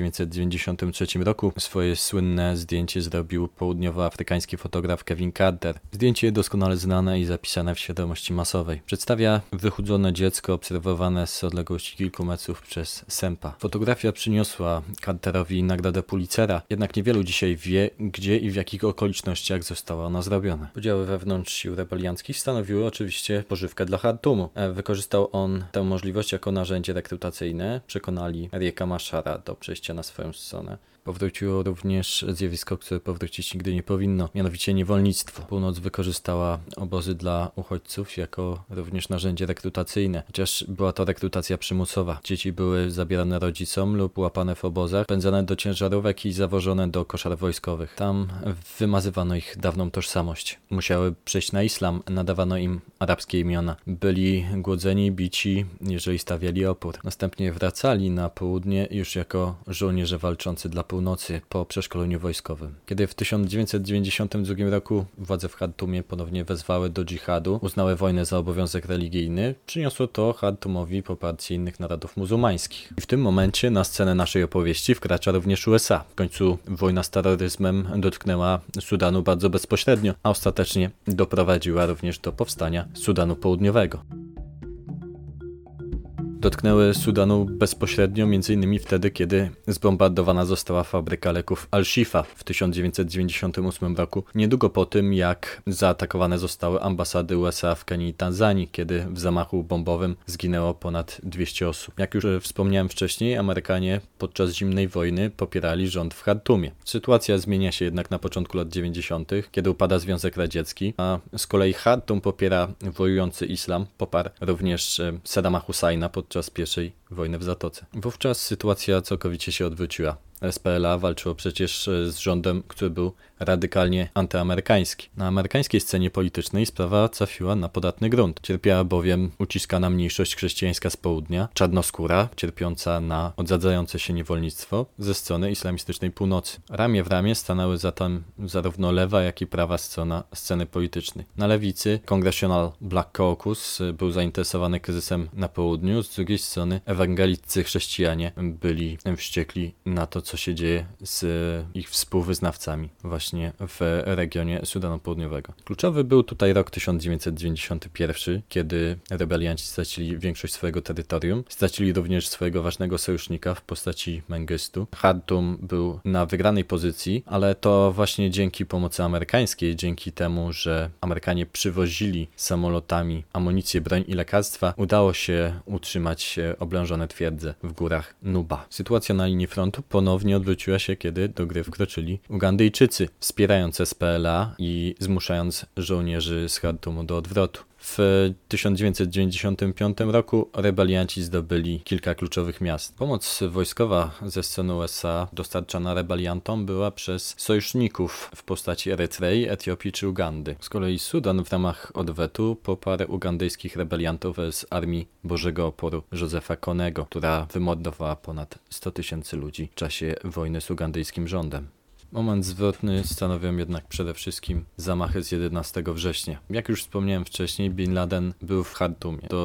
1993 roku swoje słynne zdjęcie zrobił południowoafrykański fotograf Kevin Carter. Zdjęcie doskonale znane i zapisane w świadomości masowej. Przedstawia wychudzone dziecko obserwowane z odległości kilku metrów przez Sempa. Fotografia przyniosła Carterowi nagrodę Pulitzera, jednak niewielu dzisiaj wie, gdzie i w jakich okolicznościach została ona zrobiona. Podziały wewnątrz sił rebelianckich stanowiły oczywiście pożywkę dla Chartumu. Wykorzystał on tę możliwość jako narzędzie rekrutacyjne. Przekonali Rieka Machara do przejścia na swoją stronę. Powróciło również zjawisko, które powrócić nigdy nie powinno, mianowicie niewolnictwo. Północ wykorzystała obozy dla uchodźców jako również narzędzie rekrutacyjne, chociaż była to rekrutacja przymusowa. Dzieci były zabierane rodzicom lub łapane w obozach, pędzane do ciężarówek i zawożone do koszar wojskowych. Tam wymazywano ich dawną tożsamość. Musiały przejść na islam, nadawano im arabskie imiona. Byli głodzeni, bici, jeżeli stawiali opór. Następnie wracali na południe już jako żołnierze walczący dla północy po przeszkoleniu wojskowym. Kiedy w 1992 roku władze w Chartumie ponownie wezwały do dżihadu, uznały wojnę za obowiązek religijny, przyniosło to Chartumowi poparcie innych narodów muzułmańskich. I w tym momencie na scenę naszej opowieści wkracza również USA. W końcu wojna z terroryzmem dotknęła Sudanu bardzo bezpośrednio, a ostatecznie doprowadziła również do powstania Sudanu Południowego. Dotknęły Sudanu bezpośrednio m.in. wtedy, kiedy zbombardowana została fabryka leków Al-Shifa w 1998 roku, niedługo po tym, jak zaatakowane zostały ambasady USA w Kenii i Tanzanii, kiedy w zamachu bombowym zginęło ponad 200 osób. Jak już wspomniałem wcześniej, Amerykanie podczas zimnej wojny popierali rząd w Chartumie. Sytuacja zmienia się jednak na początku lat 90., kiedy upada Związek Radziecki, a z kolei Chartum popiera wojujący islam, poparł również Saddama Husajna podczas I wojny w Zatoce. Wówczas sytuacja całkowicie się odwróciła. SPLA walczyło przecież z rządem, który był radykalnie antyamerykański. Na amerykańskiej scenie politycznej sprawa trafiła na podatny grunt. Cierpiała bowiem uciskana mniejszość chrześcijańska z południa, czarnoskóra, cierpiąca na odzadzające się niewolnictwo ze strony islamistycznej północy. Ramię w ramię stanęły zatem zarówno lewa, jak i prawa strona sceny politycznej. Na lewicy Congressional Black Caucus był zainteresowany kryzysem na południu, z drugiej strony ewangeliccy chrześcijanie byli wściekli na to, co się dzieje z ich współwyznawcami właśnie w regionie Sudanu Południowego. Kluczowy był tutaj rok 1991, kiedy rebelianci stracili większość swojego terytorium, stracili również swojego ważnego sojusznika w postaci Mengistu. Chartum był na wygranej pozycji, ale to właśnie dzięki pomocy amerykańskiej, dzięki temu, że Amerykanie przywozili samolotami amunicję, broń i lekarstwa, udało się utrzymać oblężone twierdze w górach Nuba. Sytuacja na linii frontu ponownie ponownie odwróciła się, kiedy do gry wkroczyli Ugandyjczycy, wspierając SPLA i zmuszając żołnierzy z Chartumu do odwrotu. W 1995 roku rebelianci zdobyli kilka kluczowych miast. Pomoc wojskowa ze strony USA dostarczana rebeliantom była przez sojuszników w postaci Erytrei, Etiopii czy Ugandy. Z kolei Sudan w ramach odwetu poparł ugandyjskich rebeliantów z Armii Bożego Oporu Josepha Konego, która wymordowała ponad 100 000 ludzi w czasie wojny z ugandyjskim rządem. Moment zwrotny stanowią jednak przede wszystkim zamachy z 11 września. Jak już wspomniałem wcześniej, Bin Laden był w Chartumie do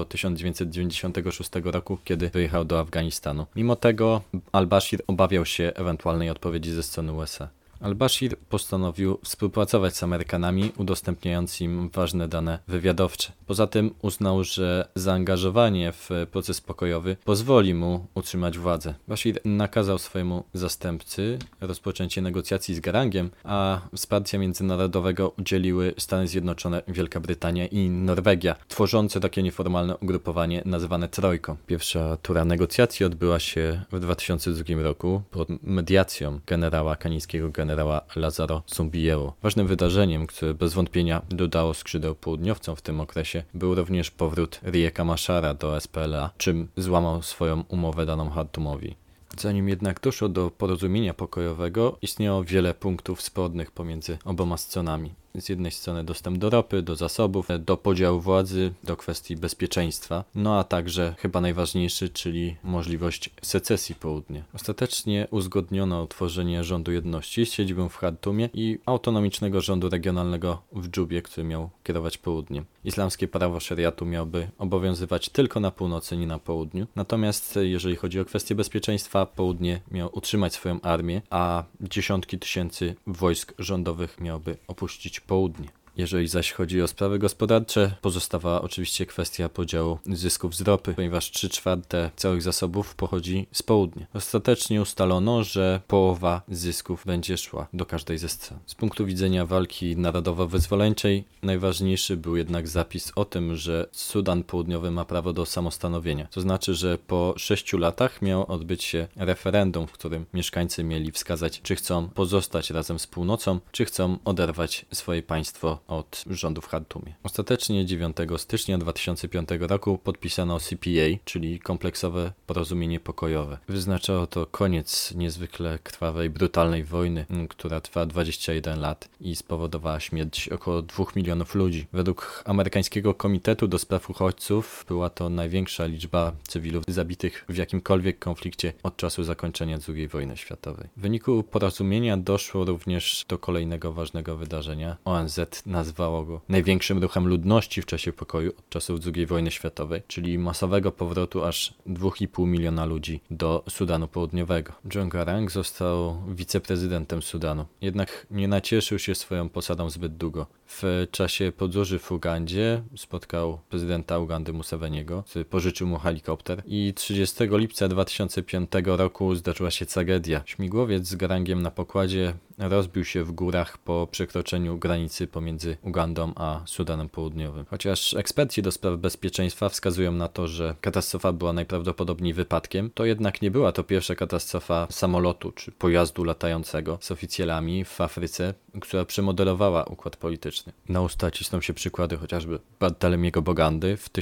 1996 roku, kiedy wyjechał do Afganistanu. Mimo tego al-Bashir obawiał się ewentualnej odpowiedzi ze strony USA. Al-Bashir postanowił współpracować z Amerykanami, udostępniając im ważne dane wywiadowcze. Poza tym uznał, że zaangażowanie w proces pokojowy pozwoli mu utrzymać władzę. Bashir nakazał swojemu zastępcy rozpoczęcie negocjacji z Garangiem, a wsparcia międzynarodowego udzieliły Stany Zjednoczone, Wielka Brytania i Norwegia, tworzące takie nieformalne ugrupowanie nazywane Trojką. Pierwsza tura negocjacji odbyła się w 2002 roku pod mediacją kenijskiego generała Lazaro Sumbiewo. Ważnym wydarzeniem, które bez wątpienia dodało skrzydeł południowcom w tym okresie, był również powrót Rieka Machara do SPLA, czym złamał swoją umowę daną Chartumowi. Zanim jednak doszło do porozumienia pokojowego, istniało wiele punktów spornych pomiędzy oboma stronami. Z jednej strony dostęp do ropy, do zasobów, do podziału władzy, do kwestii bezpieczeństwa, no a także chyba najważniejszy, czyli możliwość secesji południa. Ostatecznie uzgodniono utworzenie rządu jedności z siedzibą w Chartumie i autonomicznego rządu regionalnego w Dżubie, który miał kierować południem. Islamskie prawo szeriatu miałoby obowiązywać tylko na północy, nie na południu. Natomiast jeżeli chodzi o kwestię bezpieczeństwa, południe miało utrzymać swoją armię, a dziesiątki tysięcy wojsk rządowych miałoby opuścić południe. Jeżeli zaś chodzi o sprawy gospodarcze, pozostawała oczywiście kwestia podziału zysków z ropy, ponieważ 3/4 całych zasobów pochodzi z południa. Ostatecznie ustalono, że połowa zysków będzie szła do każdej ze stron. Z punktu widzenia walki narodowo-wyzwoleńczej najważniejszy był jednak zapis o tym, że Sudan Południowy ma prawo do samostanowienia. To znaczy, że po 6 latach miało odbyć się referendum, w którym mieszkańcy mieli wskazać, czy chcą pozostać razem z północą, czy chcą oderwać swoje państwo od rządu w Chartumie. Ostatecznie 9 stycznia 2005 roku podpisano CPA, czyli kompleksowe porozumienie pokojowe. Wyznaczało to koniec niezwykle krwawej, brutalnej wojny, która trwała 21 lat i spowodowała śmierć około 2 milionów ludzi. Według amerykańskiego Komitetu do Spraw Uchodźców była to największa liczba cywilów zabitych w jakimkolwiek konflikcie od czasu zakończenia II wojny światowej. W wyniku porozumienia doszło również do kolejnego ważnego wydarzenia. ONZ nazwało go największym ruchem ludności w czasie pokoju od czasów II wojny światowej, czyli masowego powrotu aż 2,5 miliona ludzi do Sudanu Południowego. John Garang został wiceprezydentem Sudanu, jednak nie nacieszył się swoją posadą zbyt długo. W czasie podróży w Ugandzie spotkał prezydenta Ugandy Museveniego, który pożyczył mu helikopter i 30 lipca 2005 roku zdarzyła się tragedia. Śmigłowiec z Garangiem na pokładzie rozbił się w górach po przekroczeniu granicy pomiędzy Ugandą a Sudanem Południowym. Chociaż eksperci do spraw bezpieczeństwa wskazują na to, że katastrofa była najprawdopodobniej wypadkiem, to jednak nie była to pierwsza katastrofa samolotu czy pojazdu latającego z oficjalami w Afryce, która przemodelowała układ polityczny. Na usta cisną się przykłady chociażby Barthelemiego Bogandy w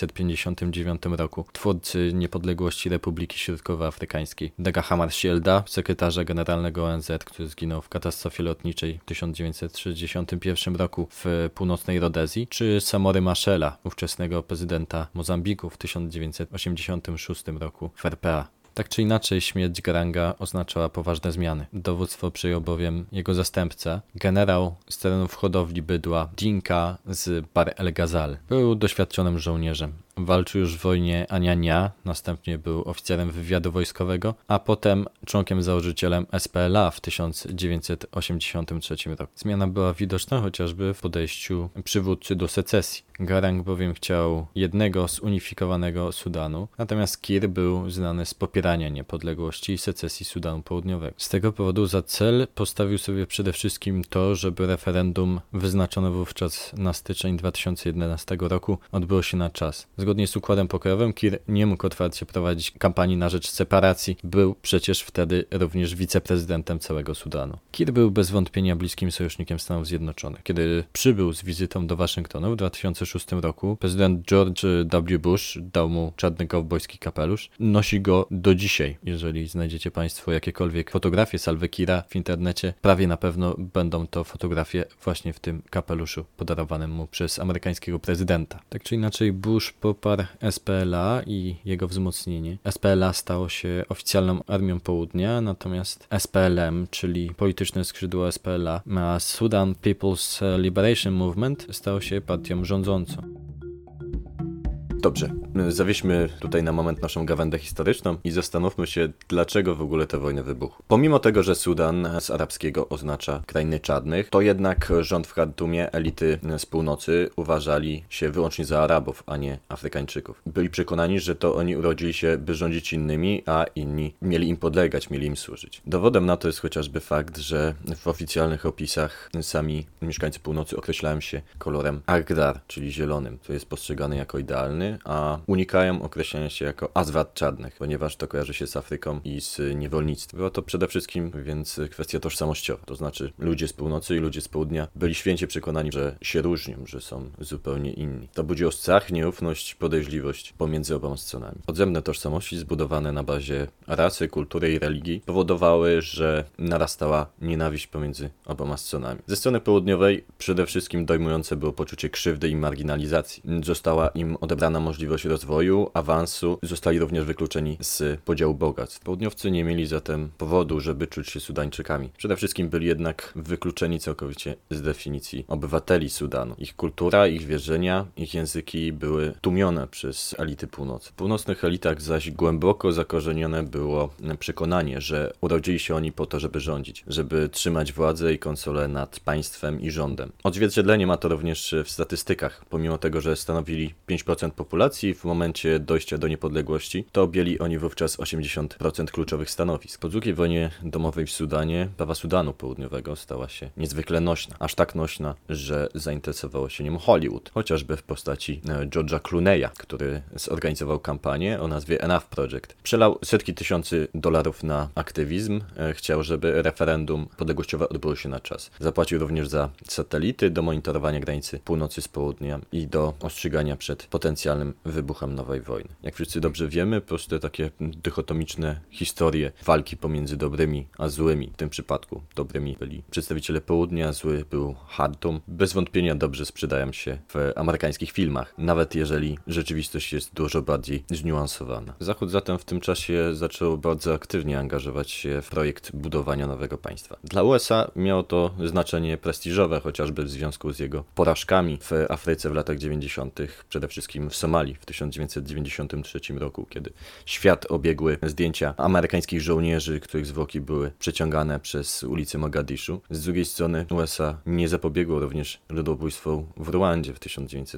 1959 roku, twórcy niepodległości Republiki Środkowoafrykańskiej, Daga Hammarskjölda, sekretarza generalnego ONZ, który zginął w katastrofie lotniczej w 1961 roku w północnej Rodezji, czy Samory Machela, ówczesnego prezydenta Mozambiku w 1986 roku w RPA. Tak czy inaczej śmierć Garanga oznaczała poważne zmiany. Dowództwo przejął bowiem jego zastępca, generał z terenów hodowli bydła Dinka z Bahr el Ghazal. Był doświadczonym żołnierzem. Walczył już w wojnie Aniania, następnie był oficerem wywiadu wojskowego, a potem członkiem założycielem SPLA w 1983 roku. Zmiana była widoczna chociażby w podejściu przywódcy do secesji. Garang bowiem chciał jednego zunifikowanego Sudanu, natomiast Kiir był znany z popierania niepodległości i secesji Sudanu Południowego. Z tego powodu za cel postawił sobie przede wszystkim to, żeby referendum wyznaczone wówczas na styczeń 2011 roku odbyło się na czas. Zgodnie z układem pokojowym Kiir nie mógł otwarcie prowadzić kampanii na rzecz separacji. Był przecież wtedy również wiceprezydentem całego Sudanu. Kiir był bez wątpienia bliskim sojusznikiem Stanów Zjednoczonych. Kiedy przybył z wizytą do Waszyngtonu w 2006 roku, prezydent George W. Bush dał mu czarny kowbojski kapelusz. Nosi go do dzisiaj. Jeżeli znajdziecie Państwo jakiekolwiek fotografie Salwy Kiira w internecie, prawie na pewno będą to fotografie właśnie w tym kapeluszu podarowanym mu przez amerykańskiego prezydenta. Tak czy inaczej Bush poparł SPLA i jego wzmocnienie. SPLA stało się oficjalną armią południa, natomiast SPLM, czyli polityczne skrzydło SPLA, a Sudan People's Liberation Movement stało się partią rządzącą. Dobrze, zawieźmy tutaj na moment naszą gawędę historyczną i zastanówmy się, dlaczego w ogóle te wojny wybuchły. Pomimo tego, że Sudan z arabskiego oznacza krainy czarnych, to jednak rząd w Chartumie, elity z północy uważali się wyłącznie za Arabów, a nie Afrykańczyków. Byli przekonani, że to oni urodzili się, by rządzić innymi, a inni mieli im podlegać, mieli im służyć. Dowodem na to jest chociażby fakt, że w oficjalnych opisach sami mieszkańcy północy określają się kolorem agrar, czyli zielonym, co jest postrzegane jako idealny, a unikają określania się jako azwat czarnych, ponieważ to kojarzy się z Afryką i z niewolnictwem. Była to przede wszystkim więc kwestia tożsamościowa, to znaczy ludzie z północy i ludzie z południa byli święcie przekonani, że się różnią, że są zupełnie inni. To budziło strach, nieufność, podejrzliwość pomiędzy oboma stronami. Odrębne tożsamości zbudowane na bazie rasy, kultury i religii powodowały, że narastała nienawiść pomiędzy oboma stronami. Ze strony południowej przede wszystkim dojmujące było poczucie krzywdy i marginalizacji. Została im odebrana możliwość rozwoju, awansu, zostali również wykluczeni z podziału bogactw. Południowcy nie mieli zatem powodu, żeby czuć się Sudańczykami. Przede wszystkim byli jednak wykluczeni całkowicie z definicji obywateli Sudanu. Ich kultura, ich wierzenia, ich języki były tłumione przez elity północy. W północnych elitach zaś głęboko zakorzenione było przekonanie, że urodzili się oni po to, żeby rządzić, żeby trzymać władzę i kontrolę nad państwem i rządem. Odzwierciedlenie ma to również w statystykach. Pomimo tego, że stanowili 5% populacji w momencie dojścia do niepodległości, to objęli oni wówczas 80% kluczowych stanowisk. Po II wojnie domowej w Sudanie prawa Sudanu Południowego stała się niezwykle nośna. Aż tak nośna, że zainteresowało się nią Hollywood. Chociażby w postaci George'a Clooney'a, który zorganizował kampanię o nazwie Enough Project. Przelał setki tysięcy dolarów na aktywizm. Chciał, żeby referendum podległościowe odbyło się na czas. Zapłacił również za satelity do monitorowania granicy północy z południa i do ostrzegania przed potencjalnym wybuchem nowej wojny. Jak wszyscy dobrze wiemy, proste takie dychotomiczne historie walki pomiędzy dobrymi a złymi. W tym przypadku dobrymi byli przedstawiciele południa, zły był Chartum. Bez wątpienia dobrze sprzedają się w amerykańskich filmach, nawet jeżeli rzeczywistość jest dużo bardziej zniuansowana. Zachód zatem w tym czasie zaczął bardzo aktywnie angażować się w projekt budowania nowego państwa. Dla USA miało to znaczenie prestiżowe, chociażby w związku z jego porażkami w Afryce w latach 90., przede wszystkim w Somalii w 1993 roku, kiedy świat obiegły zdjęcia amerykańskich żołnierzy, których zwłoki były przeciągane przez ulice Mogadiszu. Z drugiej strony USA nie zapobiegło również ludobójstwu w Ruandzie w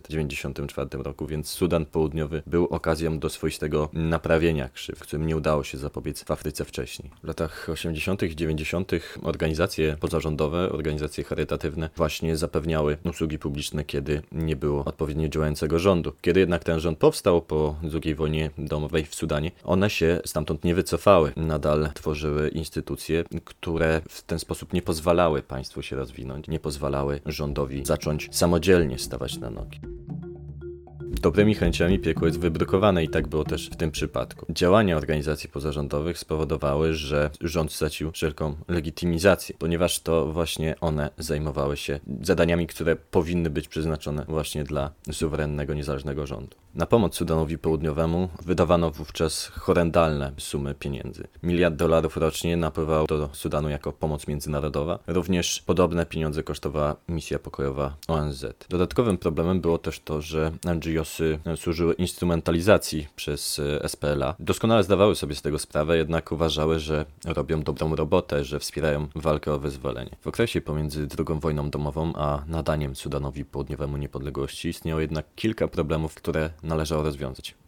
1994 roku, więc Sudan Południowy był okazją do swoistego naprawienia krzywd, którym nie udało się zapobiec w Afryce wcześniej. W latach 80. i 90. organizacje pozarządowe, organizacje charytatywne właśnie zapewniały usługi publiczne, kiedy nie było odpowiednio działającego rządu. Kiedy jednak ten rząd powstał po II wojnie domowej w Sudanie, one się stamtąd nie wycofały. Nadal tworzyły instytucje, które w ten sposób nie pozwalały państwu się rozwinąć, nie pozwalały rządowi zacząć samodzielnie stawać na nogi. Dobrymi chęciami piekło jest wybrukowane i tak było też w tym przypadku. Działania organizacji pozarządowych spowodowały, że rząd stracił wszelką legitymizację, ponieważ to właśnie one zajmowały się zadaniami, które powinny być przeznaczone właśnie dla suwerennego, niezależnego rządu. Na pomoc Sudanowi Południowemu wydawano wówczas horrendalne sumy pieniędzy. $1 miliard rocznie napływało do Sudanu jako pomoc międzynarodowa. Również podobne pieniądze kosztowała misja pokojowa ONZ. Dodatkowym problemem było też to, że NGOsy służyły instrumentalizacji przez SPLA. Doskonale zdawały sobie z tego sprawę, jednak uważały, że robią dobrą robotę, że wspierają walkę o wyzwolenie. W okresie pomiędzy II wojną domową a nadaniem Sudanowi Południowemu niepodległości istniało jednak kilka problemów, które należało rozwiązać.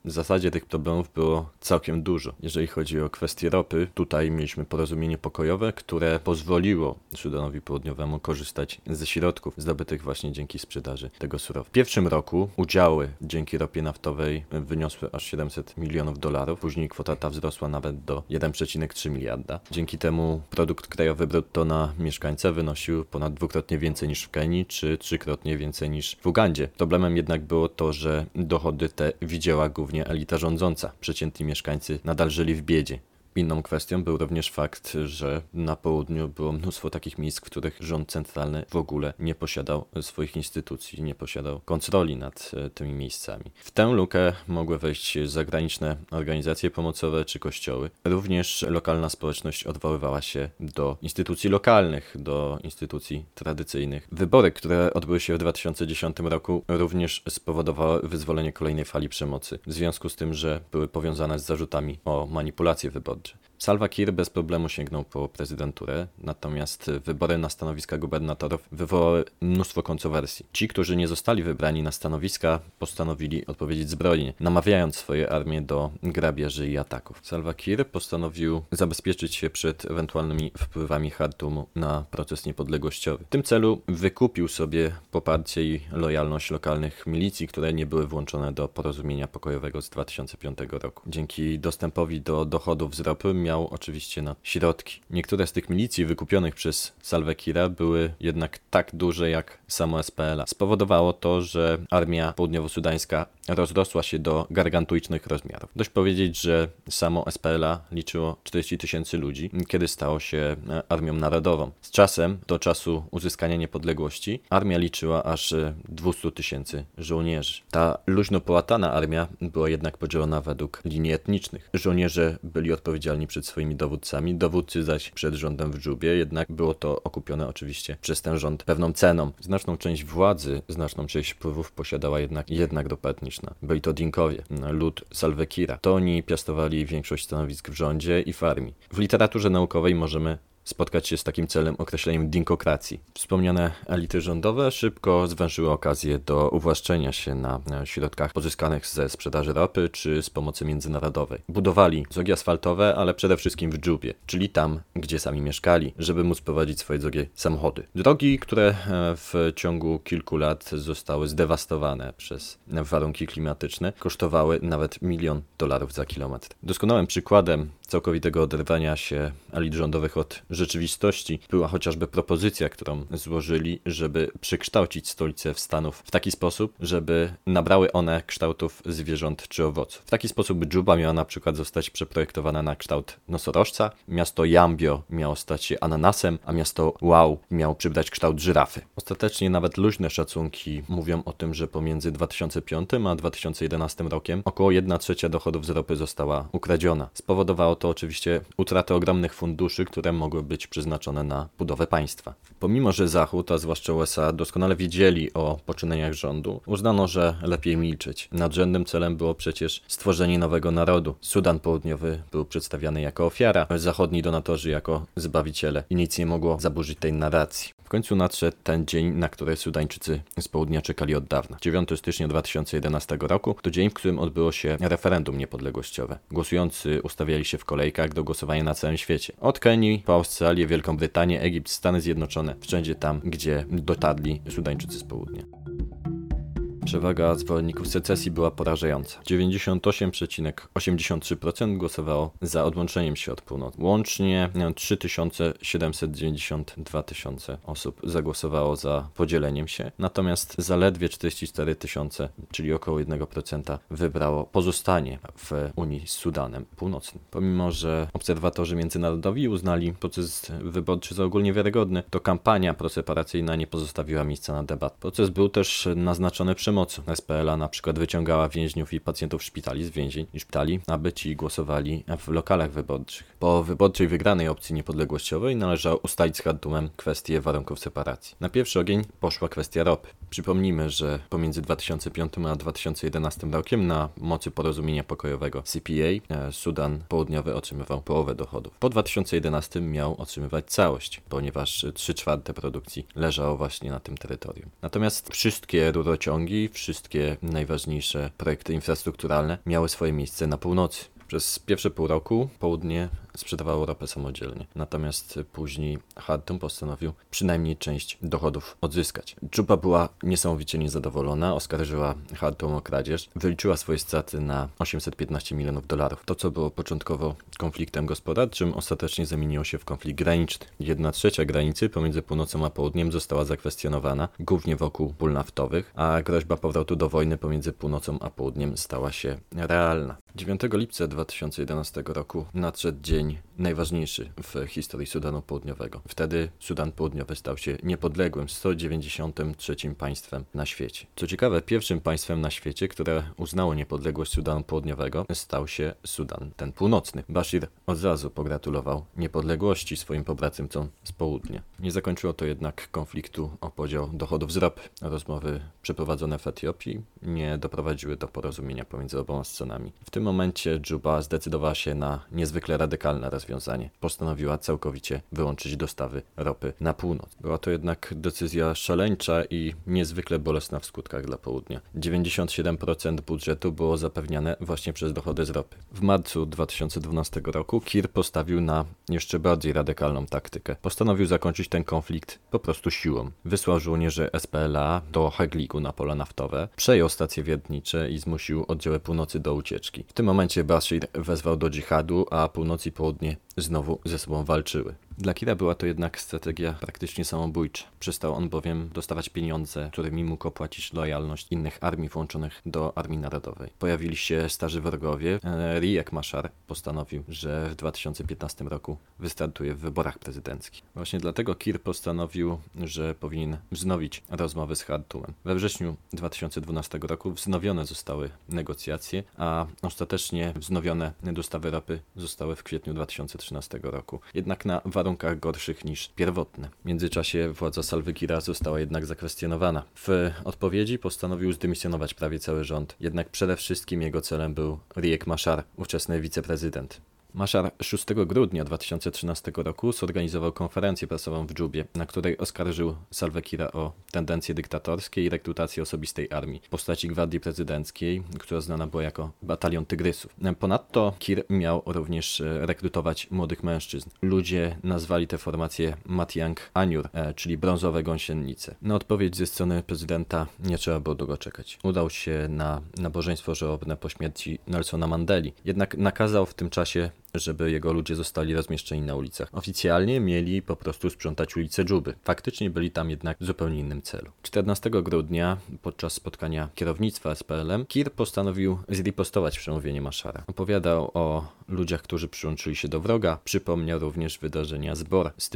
W zasadzie tych problemów było całkiem dużo. Jeżeli chodzi o kwestię ropy, tutaj mieliśmy porozumienie pokojowe, które pozwoliło Sudanowi Południowemu korzystać ze środków zdobytych właśnie dzięki sprzedaży tego surowca. W pierwszym roku udziały dzięki ropie naftowej wyniosły aż $700 milionów. Później kwota ta wzrosła nawet do 1,3 miliarda. Dzięki temu produkt krajowy brutto na mieszkańca wynosił ponad dwukrotnie więcej niż w Kenii, czy trzykrotnie więcej niż w Ugandzie. Problemem jednak było to, że dochody te widziała głównie elita rządząca. Przeciętni mieszkańcy nadal żyli w biedzie. Inną kwestią był również fakt, że na południu było mnóstwo takich miejsc, w których rząd centralny w ogóle nie posiadał swoich instytucji, nie posiadał kontroli nad tymi miejscami. W tę lukę mogły wejść zagraniczne organizacje pomocowe czy kościoły. Również lokalna społeczność odwoływała się do instytucji lokalnych, do instytucji tradycyjnych. Wybory, które odbyły się w 2010 roku, również spowodowały wyzwolenie kolejnej fali przemocy, w związku z tym, że były powiązane z zarzutami o manipulację wyborcze. Salva Kiir bez problemu sięgnął po prezydenturę, natomiast wybory na stanowiska gubernatorów wywołały mnóstwo kontrowersji. Ci, którzy nie zostali wybrani na stanowiska, postanowili odpowiedzieć zbrojnie, namawiając swoje armie do grabieży i ataków. Salva Kiir postanowił zabezpieczyć się przed ewentualnymi wpływami Chartumu na proces niepodległościowy. W tym celu wykupił sobie poparcie i lojalność lokalnych milicji, które nie były włączone do porozumienia pokojowego z 2005 roku. Dzięki dostępowi do dochodów z ropy miał oczywiście na środki. Niektóre z tych milicji wykupionych przez Salvę Kiira były jednak tak duże jak samo SPLA. Spowodowało to, że armia południowo-sudańska rozrosła się do gargantuicznych rozmiarów. Dość powiedzieć, że samo SPLA liczyło 40 000 ludzi, kiedy stało się armią narodową. Z czasem, do czasu uzyskania niepodległości, armia liczyła aż 200 000 żołnierzy. Ta luźno połatana armia była jednak podzielona według linii etnicznych. Żołnierze byli odpowiedzialni przed swoimi dowódcami, dowódcy zaś przed rządem w Dżubie, jednak było to okupione oczywiście przez ten rząd pewną ceną. Znaczną część władzy, znaczną część wpływów posiadała jednak grupa etniczna. Byli to Dinkowie, lud Salwy Kiira. To oni piastowali większość stanowisk w rządzie i w armii. W literaturze naukowej możemy spotkać się z takim celem określeniem dinkokracji. Wspomniane elity rządowe szybko zwężyły okazję do uwłaszczenia się na środkach pozyskanych ze sprzedaży ropy czy z pomocy międzynarodowej. Budowali drogi asfaltowe, ale przede wszystkim w Dżubie, czyli tam, gdzie sami mieszkali, żeby móc prowadzić swoje drogie samochody. Drogi, które w ciągu kilku lat zostały zdewastowane przez warunki klimatyczne, kosztowały nawet $1 milion za kilometr. Doskonałym przykładem całkowitego oderwania się elit rządowych od rzeczywistości była chociażby propozycja, którą złożyli, żeby przekształcić stolicę Stanów w taki sposób, żeby nabrały one kształtów zwierząt czy owoców. W taki sposób Dżuba miała na przykład zostać przeprojektowana na kształt nosorożca, miasto Jambio miało stać się ananasem, a miasto Wau miało przybrać kształt żyrafy. Ostatecznie nawet luźne szacunki mówią o tym, że pomiędzy 2005 a 2011 rokiem około 1/3 dochodów z ropy została ukradziona. Spowodowało to oczywiście utratę ogromnych funduszy, które mogły być przeznaczone na budowę państwa. Pomimo, że Zachód, a zwłaszcza USA, doskonale wiedzieli o poczynaniach rządu, uznano, że lepiej milczeć. Nadrzędnym celem było przecież stworzenie nowego narodu. Sudan Południowy był przedstawiany jako ofiara, zachodni donatorzy jako zbawiciele i nic nie mogło zaburzyć tej narracji. W końcu nadszedł ten dzień, na który Sudańczycy z południa czekali od dawna. 9 stycznia 2011 roku to dzień, w którym odbyło się referendum niepodległościowe. Głosujący ustawiali się w kolejkach do głosowania na całym świecie. Od Kenii po Australię, Wielką Brytanię, Egipt, Stany Zjednoczone, wszędzie tam, gdzie dotarli Sudańczycy z południa. Przewaga zwolenników secesji była porażająca. 98,83% głosowało za odłączeniem się od północy. Łącznie 3792 000 osób zagłosowało za podzieleniem się, natomiast zaledwie 44 000, czyli około 1%, wybrało pozostanie w Unii z Sudanem Północnym. Pomimo, że obserwatorzy międzynarodowi uznali proces wyborczy za ogólnie wiarygodny, to kampania proseparacyjna nie pozostawiła miejsca na debat. Proces był też naznaczony przemocą. SPLA na przykład wyciągała więźniów i pacjentów szpitali z więzień i szpitali, aby ci głosowali w lokalach wyborczych. Po wyborczej wygranej opcji niepodległościowej należało ustalić z Chartumem kwestię warunków separacji. Na pierwszy ogień poszła kwestia ropy. Przypomnijmy, że pomiędzy 2005 a 2011 rokiem na mocy porozumienia pokojowego CPA Sudan Południowy otrzymywał połowę dochodów. Po 2011 miał otrzymywać całość, ponieważ 3/4 produkcji leżało właśnie na tym terytorium. Natomiast wszystkie rurociągi kolei wszystkie najważniejsze projekty infrastrukturalne miały swoje miejsce na północy. Przez pierwsze pół roku południe sprzedawało ropę samodzielnie, natomiast później Chartum postanowił przynajmniej część dochodów odzyskać. Dżuba była niesamowicie niezadowolona, oskarżyła Chartum o kradzież, wyliczyła swoje straty na $815 milionów. To, co było początkowo konfliktem gospodarczym, ostatecznie zamieniło się w konflikt graniczny. 1/3 granicy pomiędzy północą a południem została zakwestionowana, głównie wokół pól naftowych, a groźba powrotu do wojny pomiędzy północą a południem stała się realna. 9 lipca 2011 roku nadszedł dzień najważniejszy w historii Sudanu Południowego. Wtedy Sudan Południowy stał się niepodległym 193 państwem na świecie. Co ciekawe, pierwszym państwem na świecie, które uznało niepodległość Sudanu Południowego, stał się Sudan, ten północny. Bashir od razu pogratulował niepodległości swoim pobratymcom z południa. Nie zakończyło to jednak konfliktu o podział dochodów z ropy. Rozmowy przeprowadzone w Etiopii nie doprowadziły do porozumienia pomiędzy oboma stronami. W tym momencie Dżuba zdecydowała się na niezwykle radykalne rozwiązanie. Postanowiła całkowicie wyłączyć dostawy ropy na północ. Była to jednak decyzja szaleńcza i niezwykle bolesna w skutkach dla południa. 97% budżetu było zapewniane właśnie przez dochody z ropy. W marcu 2012 roku Kir postawił na jeszcze bardziej radykalną taktykę. Postanowił zakończyć ten konflikt po prostu siłą. Wysłał żołnierzy SPLA do Hegligu na pola naftowe, przejął stacje wiertnicze i zmusił oddziały północy do ucieczki. W tym momencie Bashir wezwał do dżihadu, a północ i południe znowu ze sobą walczyły. Dla Kira była to jednak strategia praktycznie samobójcza. Przestał on bowiem dostawać pieniądze, którymi mógł opłacić lojalność innych armii włączonych do Armii Narodowej. Pojawili się starzy wrogowie. Riek Machar postanowił, że w 2015 roku wystartuje w wyborach prezydenckich. Właśnie dlatego Kir postanowił, że powinien wznowić rozmowy z Chartumem. We wrześniu 2012 roku wznowione zostały negocjacje, a ostatecznie wznowione dostawy ropy zostały w kwietniu 2013 roku. Jednak na warunkach gorszych niż pierwotne. W międzyczasie władza Salwy Kira została jednak zakwestionowana. W odpowiedzi postanowił zdymisjonować prawie cały rząd. Jednak przede wszystkim jego celem był Riek Machar, ówczesny wiceprezydent. Machar 6 grudnia 2013 roku zorganizował konferencję prasową w Dżubie, na której oskarżył Salwę Kira o tendencje dyktatorskie i rekrutację osobistej armii w postaci gwardii prezydenckiej, która znana była jako Batalion Tygrysów. Ponadto Kir miał również rekrutować młodych mężczyzn. Ludzie nazwali tę formację Matiang Anyur, czyli brązowe gąsienice. Na odpowiedź ze strony prezydenta nie trzeba było długo czekać. Udał się na nabożeństwo żałobne po śmierci Nelsona Mandeli, jednak nakazał w tym czasie, żeby jego ludzie zostali rozmieszczeni na ulicach. Oficjalnie mieli po prostu sprzątać ulice Dżuby. Faktycznie byli tam jednak w zupełnie innym celu. 14 grudnia podczas spotkania kierownictwa SPLM Kir postanowił zripostować przemówienie Machara. Opowiadał o ludziach, którzy przyłączyli się do wroga. Przypomniał również wydarzenia z Bor z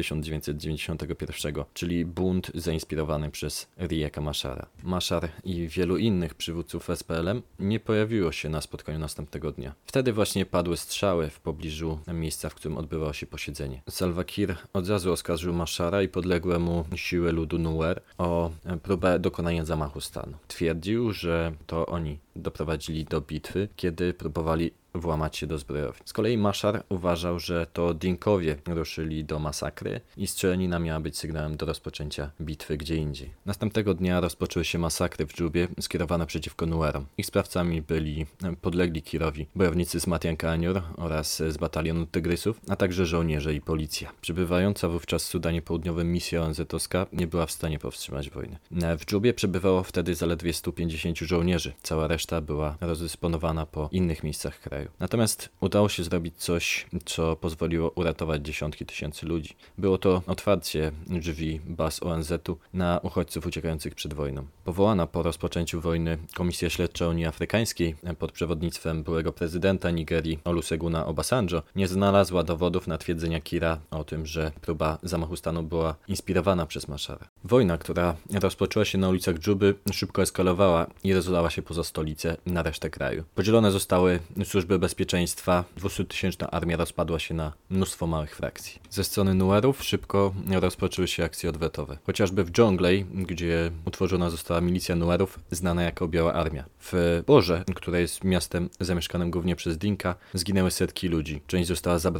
1991, czyli bunt zainspirowany przez Rieka Machara. Machar i wielu innych przywódców SPLM nie pojawiło się na spotkaniu następnego dnia. Wtedy właśnie padły strzały w pobliżu miejsca, w którym odbywało się posiedzenie. Salva Kiir od razu oskarżył Machara i podległe mu siły ludu Nuer o próbę dokonania zamachu stanu. Twierdził, że to oni doprowadzili do bitwy, kiedy próbowali włamać się do zbrojowni. Z kolei Machar uważał, że to Dinkowie ruszyli do masakry i strzelanina miała być sygnałem do rozpoczęcia bitwy gdzie indziej. Następnego dnia rozpoczęły się masakry w Dżubie skierowane przeciwko Nuerom. Ich sprawcami byli podlegli Kirowi bojownicy z Matiang Anyur oraz z Batalionu Tygrysów, a także żołnierze i policja. Przybywająca wówczas w Sudanie Południowym misja ONZ-owska nie była w stanie powstrzymać wojny. W Dżubie przebywało wtedy zaledwie 150 żołnierzy. Cała reszta była rozdysponowana po innych miejscach kraju. Natomiast udało się zrobić coś, co pozwoliło uratować dziesiątki tysięcy ludzi. Było to otwarcie drzwi baz ONZ-u na uchodźców uciekających przed wojną. Powołana po rozpoczęciu wojny Komisja Śledcza Unii Afrykańskiej pod przewodnictwem byłego prezydenta Nigerii Oluseguna Obasanjo nie znalazła dowodów na twierdzenia Kira o tym, że próba zamachu stanu była inspirowana przez Machara. Wojna, która rozpoczęła się na ulicach Dżuby, szybko eskalowała i rozlała się poza stolicę na resztę kraju. Podzielone zostały służby bezpieczeństwa, 200-tysięczna armia rozpadła się na mnóstwo małych frakcji. Ze strony Nuerów szybko rozpoczęły się akcje odwetowe. Chociażby w Dżonglej, gdzie utworzona została milicja Nuerów, znana jako Biała Armia. W Borze, które jest miastem zamieszkanym głównie przez Dinka, zginęły setki ludzi. Część została zabrana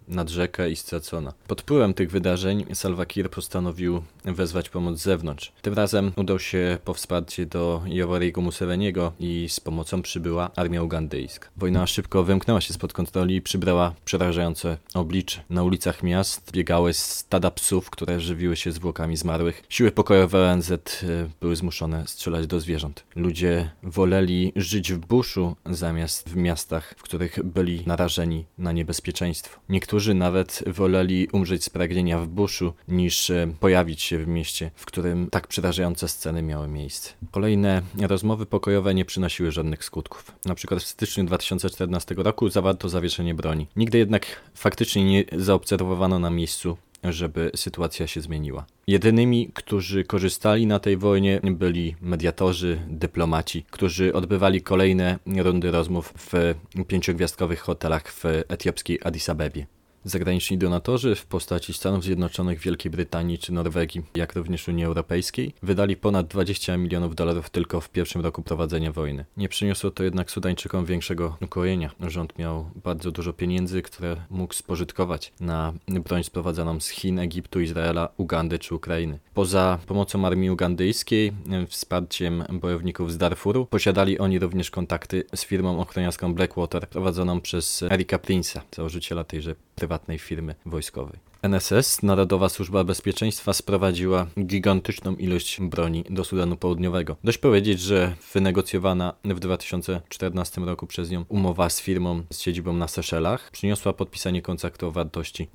nad rzekę i stracona. Pod wpływem tych wydarzeń Salva Kiir postanowił wezwać pomoc z zewnątrz. Tym razem udał się po wsparcie do Yoweriego Museveniego i z pomocą przybyła armia ugandyjska. Wojna szybko wymknęła się spod kontroli i przybrała przerażające oblicze. Na ulicach miast biegały stada psów, które żywiły się zwłokami zmarłych. Siły pokojowe ONZ były zmuszone strzelać do zwierząt. Ludzie woleli żyć w buszu zamiast w miastach, w których byli narażeni na niebezpieczeństwo. Niektórzy nawet woleli umrzeć z pragnienia w buszu, niż pojawić się w mieście, w którym tak przerażające sceny miały miejsce. Kolejne rozmowy pokojowe nie przynosiły żadnych skutków. Na przykład w styczniu 2014 roku zawarto zawieszenie broni. Nigdy jednak faktycznie nie zaobserwowano na miejscu, żeby sytuacja się zmieniła. Jedynymi, którzy korzystali na tej wojnie, byli mediatorzy, dyplomaci, którzy odbywali kolejne rundy rozmów w 5-gwiazdkowych hotelach w etiopskiej Addis Abebie. Zagraniczni donatorzy w postaci Stanów Zjednoczonych, Wielkiej Brytanii czy Norwegii, jak również Unii Europejskiej, wydali ponad $20 milionów tylko w pierwszym roku prowadzenia wojny. Nie przyniosło to jednak Sudańczykom większego ukojenia. Rząd miał bardzo dużo pieniędzy, które mógł spożytkować na broń sprowadzaną z Chin, Egiptu, Izraela, Ugandy czy Ukrainy. Poza pomocą armii ugandyjskiej, wsparciem bojowników z Darfuru, posiadali oni również kontakty z firmą ochroniarską Blackwater, prowadzoną przez Erika Prince'a, założyciela tejże prywatnej firmy wojskowej. NSS, Narodowa Służba Bezpieczeństwa, sprowadziła gigantyczną ilość broni do Sudanu Południowego. Dość powiedzieć, że wynegocjowana w 2014 roku przez nią umowa z firmą z siedzibą na Seszelach przyniosła podpisanie kontraktu o wartości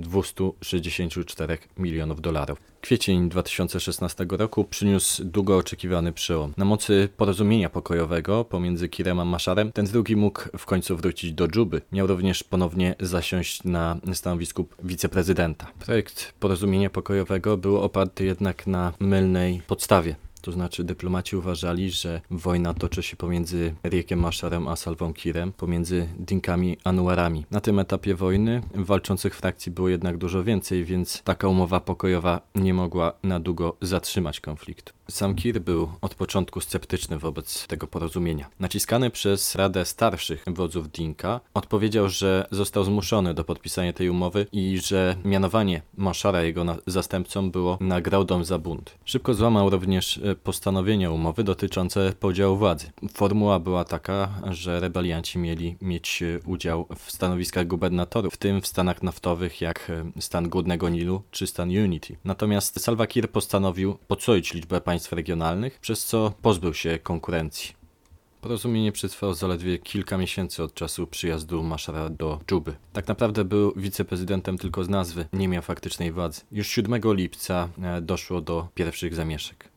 $264 milionów. Kwiecień 2016 roku przyniósł długo oczekiwany przełom. Na mocy porozumienia pokojowego pomiędzy Kiirem a Machar ten drugi mógł w końcu wrócić do Dżuby. Miał również ponownie zasiąść na stanowisku wiceprezydenta. Projekt porozumienia pokojowego był oparty jednak na mylnej podstawie. To znaczy dyplomaci uważali, że wojna toczy się pomiędzy Riekiem Macharem a Salvą Kiirem, pomiędzy Dinkami a Nuerami. Na tym etapie wojny walczących frakcji było jednak dużo więcej, więc taka umowa pokojowa nie mogła na długo zatrzymać konfliktu. Sam Kiir był od początku sceptyczny wobec tego porozumienia. Naciskany przez Radę Starszych Wodzów Dinka, odpowiedział, że został zmuszony do podpisania tej umowy i że mianowanie Machara jego zastępcą było nagrodą za bunt. Szybko złamał również postanowienia umowy dotyczące podziału władzy. Formuła była taka, że rebelianci mieli mieć udział w stanowiskach gubernatorów, w tym w stanach naftowych jak stan Górnego Nilu czy stan Unity. Natomiast Salva Kiir postanowił podwoić liczbę państw regionalnych, przez co pozbył się konkurencji. Porozumienie przetrwało zaledwie kilka miesięcy od czasu przyjazdu Machara do Dżuby. Tak naprawdę był wiceprezydentem tylko z nazwy, nie miał faktycznej władzy. Już 7 lipca doszło do pierwszych zamieszek.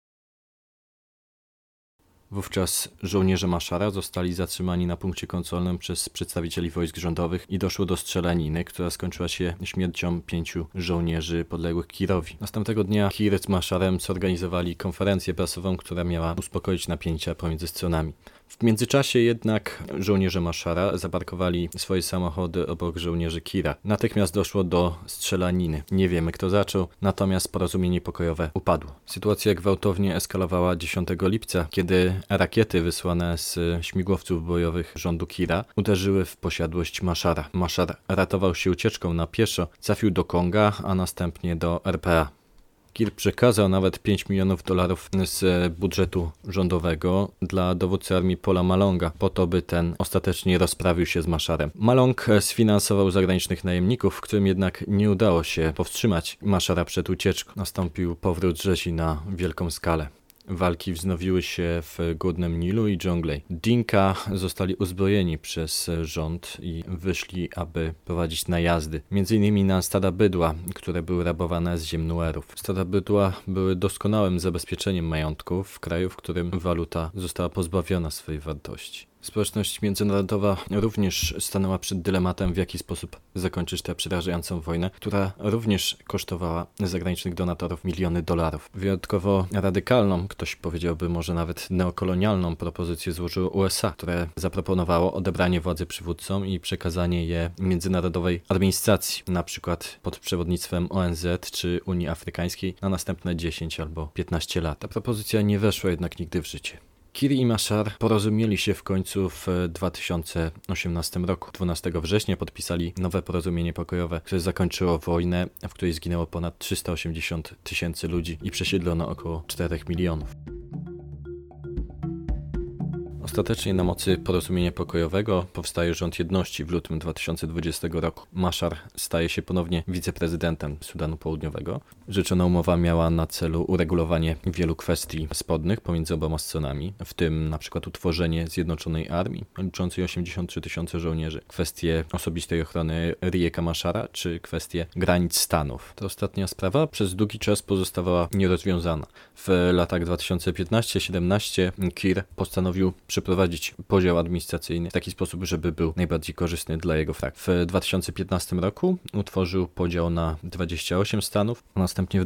Wówczas żołnierze Machara zostali zatrzymani na punkcie kontrolnym przez przedstawicieli wojsk rządowych i doszło do strzelaniny, która skończyła się śmiercią 5 żołnierzy podległych Kiirowi. Następnego dnia Kiir z Macharem zorganizowali konferencję prasową, która miała uspokoić napięcia pomiędzy stronami. W międzyczasie jednak żołnierze Machara zaparkowali swoje samochody obok żołnierzy Kiira. Natychmiast doszło do strzelaniny. Nie wiemy, kto zaczął, natomiast porozumienie pokojowe upadło. Sytuacja gwałtownie eskalowała 10 lipca, kiedy rakiety wysłane z śmigłowców bojowych rządu Kiira uderzyły w posiadłość Machara. Machar ratował się ucieczką na pieszo, trafił do Konga, a następnie do RPA. Kiir przekazał nawet $5 milionów z budżetu rządowego dla dowódcy armii Paula Malonga, po to, by ten ostatecznie rozprawił się z Macharem. Malong sfinansował zagranicznych najemników, którym jednak nie udało się powstrzymać Machara przed ucieczką. Nastąpił powrót rzezi na wielką skalę. Walki wznowiły się w Górnym Nilu i Dżonglej. Dinka zostali uzbrojeni przez rząd i wyszli, aby prowadzić najazdy. Między innymi na stada bydła, które były rabowane z ziem Nuerów. Stada bydła były doskonałym zabezpieczeniem majątków w kraju, w którym waluta została pozbawiona swojej wartości. Społeczność międzynarodowa również stanęła przed dylematem, w jaki sposób zakończyć tę przerażającą wojnę, która również kosztowała zagranicznych donatorów miliony dolarów. Wyjątkowo radykalną, ktoś powiedziałby może nawet neokolonialną propozycję złożyło USA, które zaproponowało odebranie władzy przywódcom i przekazanie je międzynarodowej administracji, na przykład pod przewodnictwem ONZ czy Unii Afrykańskiej na następne 10 albo 15 lat. Ta propozycja nie weszła jednak nigdy w życie. Kiir i Machar porozumieli się w końcu w 2018 roku. 12 września podpisali nowe porozumienie pokojowe, które zakończyło wojnę, w której zginęło ponad 380 000 ludzi i przesiedlono około 4 milionów. Ostatecznie na mocy porozumienia pokojowego powstaje rząd jedności w lutym 2020 roku. Machar staje się ponownie wiceprezydentem Sudanu Południowego. Rzeczona umowa miała na celu uregulowanie wielu kwestii spornych pomiędzy oboma stronami, w tym na przykład utworzenie zjednoczonej armii liczącej 83 000 żołnierzy, kwestie osobistej ochrony Rieka Machara czy kwestie granic stanów. Ta ostatnia sprawa przez długi czas pozostawała nierozwiązana. W latach 2015-17 Kiir postanowił przeprowadzić podział administracyjny w taki sposób, żeby był najbardziej korzystny dla jego frakcji. W 2015 roku utworzył podział na 28 stanów, a następnie w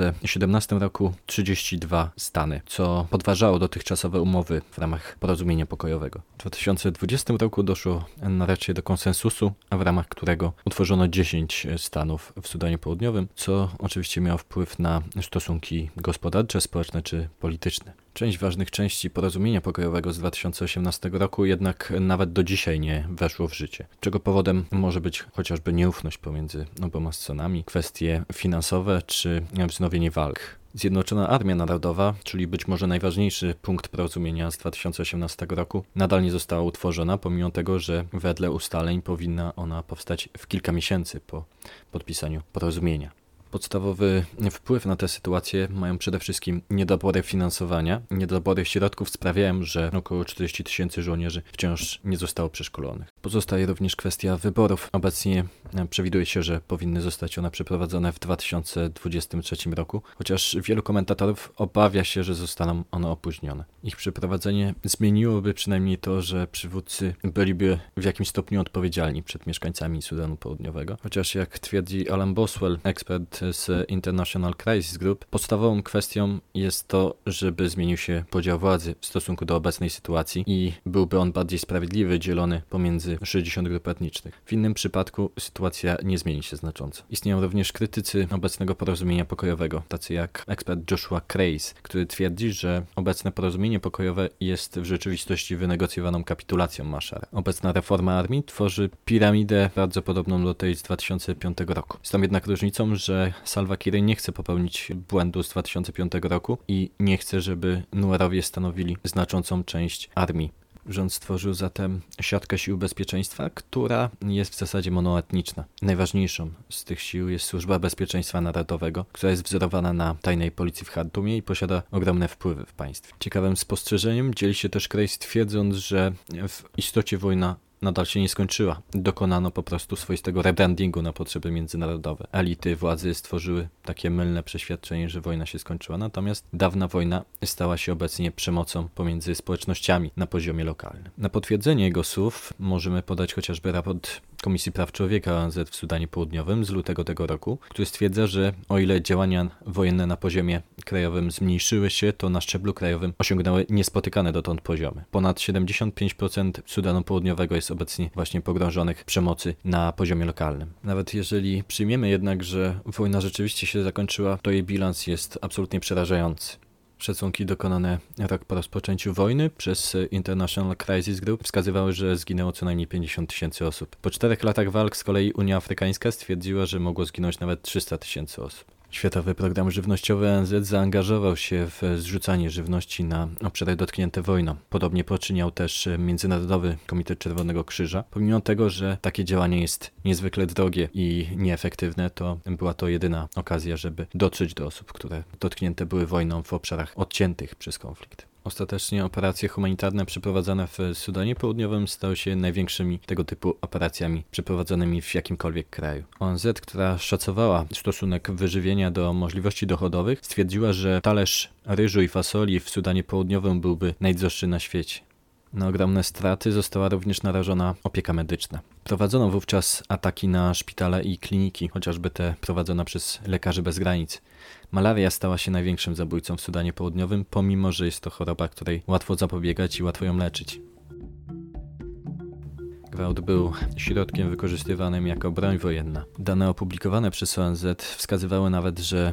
2017 roku 32 stany, co podważało dotychczasowe umowy w ramach porozumienia pokojowego. W 2020 roku doszło nareszcie do konsensusu, a w ramach którego utworzono 10 stanów w Sudanie Południowym, co oczywiście miało wpływ na stosunki gospodarcze, społeczne czy polityczne. Część ważnych części porozumienia pokojowego z 2018 roku jednak nawet do dzisiaj nie weszło w życie, czego powodem może być chociażby nieufność pomiędzy oboma stronami, kwestie finansowe czy wznowienie walk. Zjednoczona Armia Narodowa, czyli być może najważniejszy punkt porozumienia z 2018 roku, nadal nie została utworzona, pomimo tego, że wedle ustaleń powinna ona powstać w kilka miesięcy po podpisaniu porozumienia. Podstawowy wpływ na tę sytuację mają przede wszystkim niedobory finansowania. Niedobory środków sprawiają, że około 40 000 żołnierzy wciąż nie zostało przeszkolonych. Pozostaje również kwestia wyborów. Obecnie przewiduje się, że powinny zostać one przeprowadzone w 2023 roku, chociaż wielu komentatorów obawia się, że zostaną one opóźnione. Ich przeprowadzenie zmieniłoby przynajmniej to, że przywódcy byliby w jakimś stopniu odpowiedzialni przed mieszkańcami Sudanu Południowego. Chociaż jak twierdzi Alan Boswell, ekspert z International Crisis Group, podstawową kwestią jest to, żeby zmienił się podział władzy w stosunku do obecnej sytuacji i byłby on bardziej sprawiedliwy, dzielony pomiędzy 60 grup etnicznych. W innym przypadku sytuacja nie zmieni się znacząco. Istnieją również krytycy obecnego porozumienia pokojowego, tacy jak ekspert Joshua Kreis, który twierdzi, że obecne porozumienie pokojowe jest w rzeczywistości wynegocjowaną kapitulacją Machara. Obecna reforma armii tworzy piramidę bardzo podobną do tej z 2005 roku. Z tą jednak różnicą, że Salva Kiir nie chce popełnić błędu z 2005 roku i nie chce, żeby Nuerowie stanowili znaczącą część armii. Rząd stworzył zatem siatkę sił bezpieczeństwa, która jest w zasadzie monoetniczna. Najważniejszą z tych sił jest Służba Bezpieczeństwa Narodowego, która jest wzorowana na tajnej policji w Chartumie i posiada ogromne wpływy w państwie. Ciekawym spostrzeżeniem dzieli się też Kreis, twierdząc, że w istocie wojna nadal się nie skończyła. Dokonano po prostu swoistego rebrandingu na potrzeby międzynarodowe. Elity władzy stworzyły takie mylne przeświadczenie, że wojna się skończyła, natomiast dawna wojna stała się obecnie przemocą pomiędzy społecznościami na poziomie lokalnym. Na potwierdzenie jego słów możemy podać chociażby raport Komisji Praw Człowieka ONZ w Sudanie Południowym z lutego tego roku, który stwierdza, że o ile działania wojenne na poziomie krajowym zmniejszyły się, to na szczeblu krajowym osiągnęły niespotykane dotąd poziomy. Ponad 75% Sudanu Południowego jest obecnie właśnie pogrążonych w przemocy na poziomie lokalnym. Nawet jeżeli przyjmiemy jednak, że wojna rzeczywiście się zakończyła, to jej bilans jest absolutnie przerażający. Szacunki dokonane rok po rozpoczęciu wojny przez International Crisis Group wskazywały, że zginęło co najmniej 50 000 osób. Po 4 latach walk z kolei Unia Afrykańska stwierdziła, że mogło zginąć nawet 300 000 osób. Światowy Program Żywnościowy ONZ zaangażował się w zrzucanie żywności na obszary dotknięte wojną. Podobnie poczyniał też Międzynarodowy Komitet Czerwonego Krzyża. Pomimo tego, że takie działanie jest niezwykle drogie i nieefektywne, to była to jedyna okazja, żeby dotrzeć do osób, które dotknięte były wojną w obszarach odciętych przez konflikt. Ostatecznie operacje humanitarne przeprowadzane w Sudanie Południowym stały się największymi tego typu operacjami przeprowadzonymi w jakimkolwiek kraju. ONZ, która szacowała stosunek wyżywienia do możliwości dochodowych, stwierdziła, że talerz ryżu i fasoli w Sudanie Południowym byłby najdroższy na świecie. Na ogromne straty została również narażona opieka medyczna. Prowadzono wówczas ataki na szpitale i kliniki, chociażby te prowadzone przez Lekarzy Bez Granic. Malaria stała się największym zabójcą w Sudanie Południowym, pomimo że jest to choroba, której łatwo zapobiegać i łatwo ją leczyć. Gwałt był środkiem wykorzystywanym jako broń wojenna. Dane opublikowane przez ONZ wskazywały nawet, że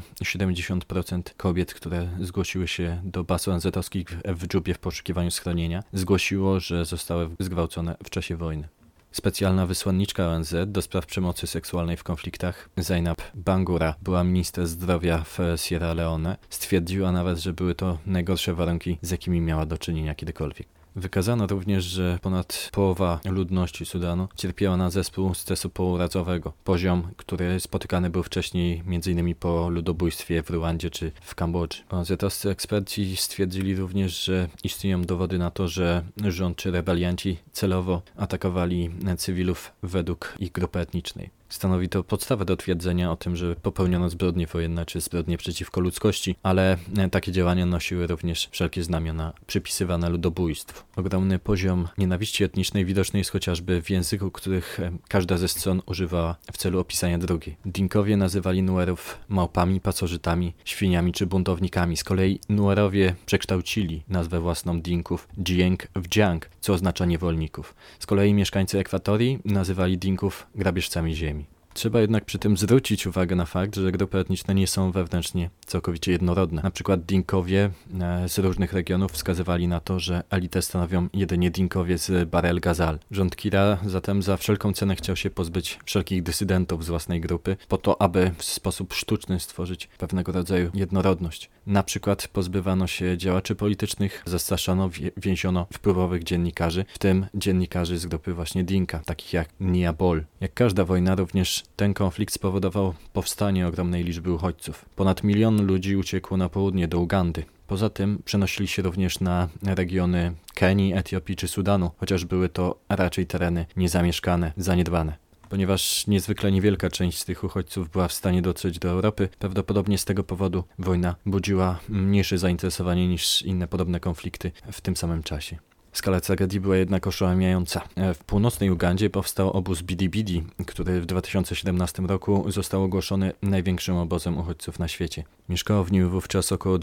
70% kobiet, które zgłosiły się do baz ONZ-owskich w Dżubie w poszukiwaniu schronienia, zgłosiło, że zostały zgwałcone w czasie wojny. Specjalna wysłanniczka ONZ do spraw przemocy seksualnej w konfliktach, Zainab Bangura, była minister zdrowia w Sierra Leone, stwierdziła nawet, że były to najgorsze warunki, z jakimi miała do czynienia kiedykolwiek. Wykazano również, że ponad połowa ludności Sudanu cierpiała na zespół stresu pourazowego. Poziom, który spotykany był wcześniej m.in. po ludobójstwie w Rwandzie czy w Kambodży. ONZ-owscy eksperci stwierdzili również, że istnieją dowody na to, że rząd czy rebelianci celowo atakowali cywilów według ich grupy etnicznej. Stanowi to podstawę do twierdzenia o tym, że popełniono zbrodnie wojenne czy zbrodnie przeciwko ludzkości, ale takie działania nosiły również wszelkie znamiona przypisywane ludobójstwu. Ogromny poziom nienawiści etnicznej widoczny jest chociażby w języku, których każda ze stron używała w celu opisania drugiej. Dinkowie nazywali Nuerów małpami, pasożytami, świniami czy buntownikami. Z kolei Nuerowie przekształcili nazwę własną Dinków Djieng w Dziang, co oznacza niewolników. Z kolei mieszkańcy Ekwatorii nazywali Dinków grabieżcami ziemi. Trzeba jednak przy tym zwrócić uwagę na fakt, że grupy etniczne nie są wewnętrznie całkowicie jednorodne. Na przykład Dinkowie z różnych regionów wskazywali na to, że elitę stanowią jedynie Dinkowie z Bahr el Ghazal. Rząd Kira zatem za wszelką cenę chciał się pozbyć wszelkich dysydentów z własnej grupy, po to, aby w sposób sztuczny stworzyć pewnego rodzaju jednorodność. Na przykład pozbywano się działaczy politycznych, zastraszano, więziono wpływowych dziennikarzy, w tym dziennikarzy z grupy właśnie Dinka, takich jak Nia Bol. Jak każda wojna, również ten konflikt spowodował powstanie ogromnej liczby uchodźców. Ponad 1 milion ludzi uciekło na południe do Ugandy. Poza tym przenosili się również na regiony Kenii, Etiopii czy Sudanu, chociaż były to raczej tereny niezamieszkane, zaniedbane. Ponieważ niezwykle niewielka część z tych uchodźców była w stanie dotrzeć do Europy, prawdopodobnie z tego powodu wojna budziła mniejsze zainteresowanie niż inne podobne konflikty w tym samym czasie. Skala tragedii była jednak oszałamiająca. W północnej Ugandzie powstał obóz Bidi-Bidi, który w 2017 roku został ogłoszony największym obozem uchodźców na świecie. Mieszkało w nim wówczas około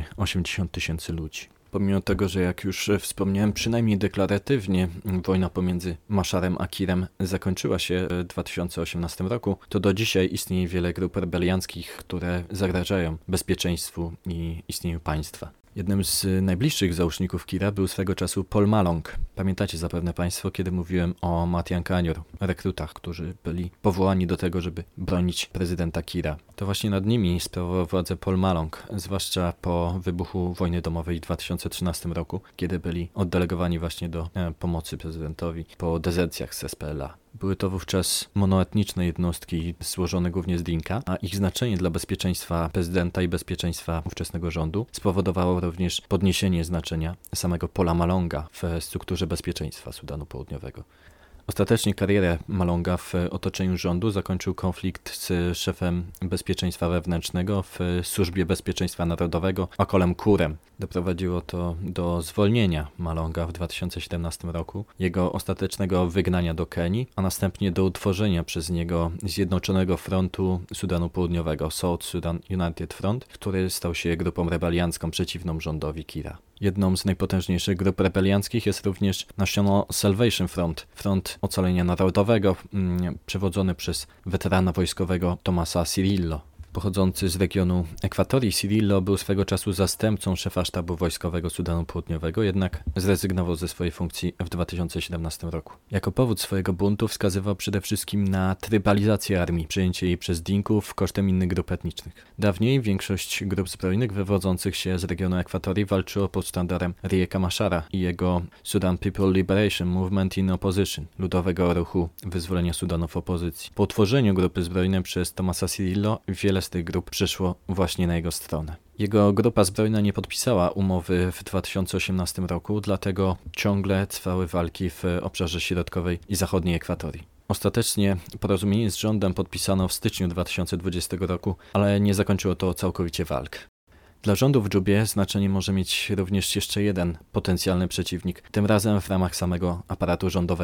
280 000 ludzi. Pomimo tego, że jak już wspomniałem, przynajmniej deklaratywnie wojna pomiędzy Maszarem a Kirem zakończyła się w 2018 roku, to do dzisiaj istnieje wiele grup rebelianckich, które zagrażają bezpieczeństwu i istnieniu państwa. Jednym z najbliższych załóżników Kira był swego czasu Paul Malong. Pamiętacie zapewne Państwo, kiedy mówiłem o Matian Kanior, rekrutach, którzy byli powołani do tego, żeby bronić prezydenta Kira. To właśnie nad nimi sprawował władzę Paul Malong, zwłaszcza po wybuchu wojny domowej w 2013 roku, kiedy byli oddelegowani właśnie do pomocy prezydentowi po dezercjach z SPLA. Były to wówczas monoetniczne jednostki złożone głównie z Dinka, a ich znaczenie dla bezpieczeństwa prezydenta i bezpieczeństwa ówczesnego rządu spowodowało również podniesienie znaczenia samego Paula Malonga w strukturze bezpieczeństwa Sudanu Południowego. Ostatecznie karierę Malonga w otoczeniu rządu zakończył konflikt z szefem bezpieczeństwa wewnętrznego w Służbie Bezpieczeństwa Narodowego, Okolem Kurem. Doprowadziło to do zwolnienia Malonga w 2017 roku, jego ostatecznego wygnania do Kenii, a następnie do utworzenia przez niego Zjednoczonego Frontu Sudanu Południowego, South Sudan United Front, który stał się grupą rebeliancką przeciwną rządowi Kira. Jedną z najpotężniejszych grup rebelianckich jest również National Salvation Front, Front Ocalenia Narodowego, przewodzony przez weterana wojskowego Thomasa Cirillo. Pochodzący z regionu Ekwatorii, Cirillo był swego czasu zastępcą szefa sztabu wojskowego Sudanu Południowego, jednak zrezygnował ze swojej funkcji w 2017 roku. Jako powód swojego buntu wskazywał przede wszystkim na trybalizację armii, przejęcie jej przez Dinków kosztem innych grup etnicznych. Dawniej większość grup zbrojnych wywodzących się z regionu Ekwatorii walczyło pod sztandarem Rieka Machara i jego Sudan People Liberation Movement in Opposition, ludowego ruchu wyzwolenia Sudanu w opozycji. Po utworzeniu grupy zbrojnej przez Thomasa Cirillo wiele z tych grup przeszło właśnie na jego stronę. Jego grupa zbrojna nie podpisała umowy w 2018 roku, dlatego ciągle trwały walki w obszarze środkowej i zachodniej Ekwatorii. Ostatecznie porozumienie z rządem podpisano w styczniu 2020 roku, ale nie zakończyło to całkowicie walk. Dla rządu w Dżubie znaczenie może mieć również jeszcze jeden potencjalny przeciwnik, tym razem w ramach samego aparatu rządowego.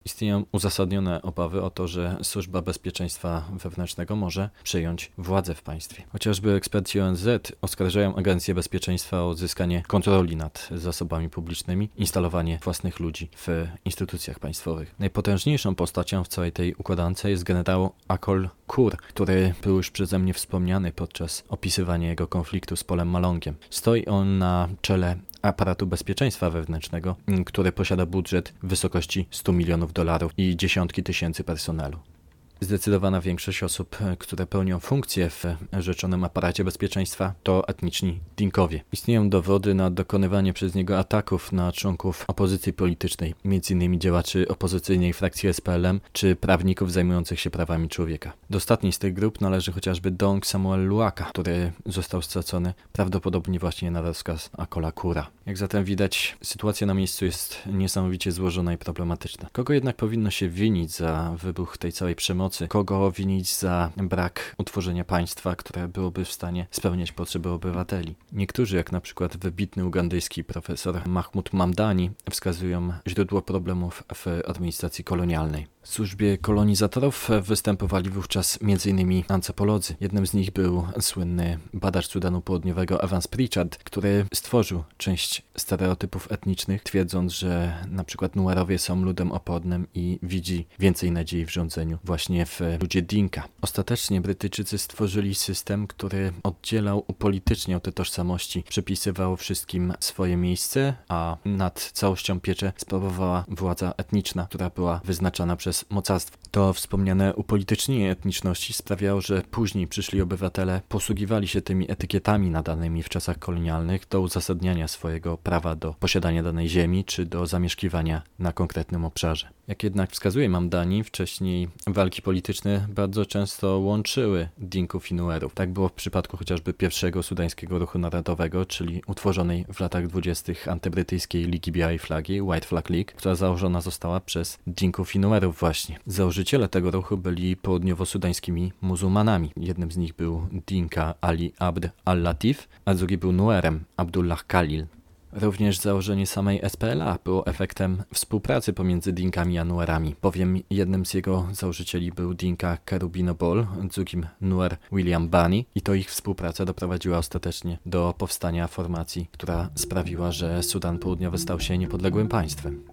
Istnieją uzasadnione obawy o to, że Służba Bezpieczeństwa Wewnętrznego może przejąć władzę w państwie. Chociażby eksperci ONZ oskarżają Agencję Bezpieczeństwa o odzyskanie kontroli nad zasobami publicznymi, instalowanie własnych ludzi w instytucjach państwowych. Najpotężniejszą postacią w całej tej układance jest generał Akol Kur, który był już przeze mnie wspomniany podczas opisywania jego konfliktu z Polem Malongiem. Stoi on na czele aparatu bezpieczeństwa wewnętrznego, który posiada budżet w wysokości $100 milionów i dziesiątki tysięcy personelu. Zdecydowana większość osób, które pełnią funkcje w rzeczonym aparacie bezpieczeństwa, to etniczni Dinkowie. Istnieją dowody na dokonywanie przez niego ataków na członków opozycji politycznej, m.in. działaczy opozycyjnej frakcji SPLM czy prawników zajmujących się prawami człowieka. Do ostatniej z tych grup należy chociażby Dong Samuel Luaka, który został stracony prawdopodobnie właśnie na rozkaz Akola Kura. Jak zatem widać, sytuacja na miejscu jest niesamowicie złożona i problematyczna. Kogo jednak powinno się winić za wybuch tej całej przemocy? Kogo winić za brak utworzenia państwa, które byłoby w stanie spełniać potrzeby obywateli? Niektórzy, jak na przykład wybitny ugandyjski profesor Mahmoud Mamdani, wskazują źródło problemów w administracji kolonialnej. W służbie kolonizatorów występowali wówczas m.in. antropolodzy. Jednym z nich był słynny badacz Sudanu Południowego Evans Pritchard, który stworzył część stereotypów etnicznych, twierdząc, że na przykład Nuerowie są ludem opornym i widzi więcej nadziei w rządzeniu właśnie w ludzie Dinka. Ostatecznie Brytyjczycy stworzyli system, który oddzielał, upolityczniał te tożsamości, przypisywał wszystkim swoje miejsce, a nad całością pieczę sprawowała władza etniczna, która była wyznaczana przez mocarstwo. To wspomniane upolitycznienie etniczności sprawiało, że później przyszli obywatele posługiwali się tymi etykietami nadanymi w czasach kolonialnych do uzasadniania swojego prawa do posiadania danej ziemi czy do zamieszkiwania na konkretnym obszarze. Jak jednak wskazuje Mamdani, wcześniej walki polityczne bardzo często łączyły Dinków i Nuerów. Tak było w przypadku chociażby pierwszego sudańskiego ruchu narodowego, czyli utworzonej w latach 20. antybrytyjskiej Ligi Białej Flagi, White Flag League, która założona została przez Dinków i Nuerów właśnie. Założyciele tego ruchu byli południowo-sudańskimi muzułmanami. Jednym z nich był Dinka Ali Abd al-Latif, a drugi był Nuerem Abdullah Khalil. Również założenie samej SPLA było efektem współpracy pomiędzy Dinkami a Nuerami, bowiem jednym z jego założycieli był Dinka Kerubino Bol, drugim Nuer William Bani i to ich współpraca doprowadziła ostatecznie do powstania formacji, która sprawiła, że Sudan Południowy stał się niepodległym państwem.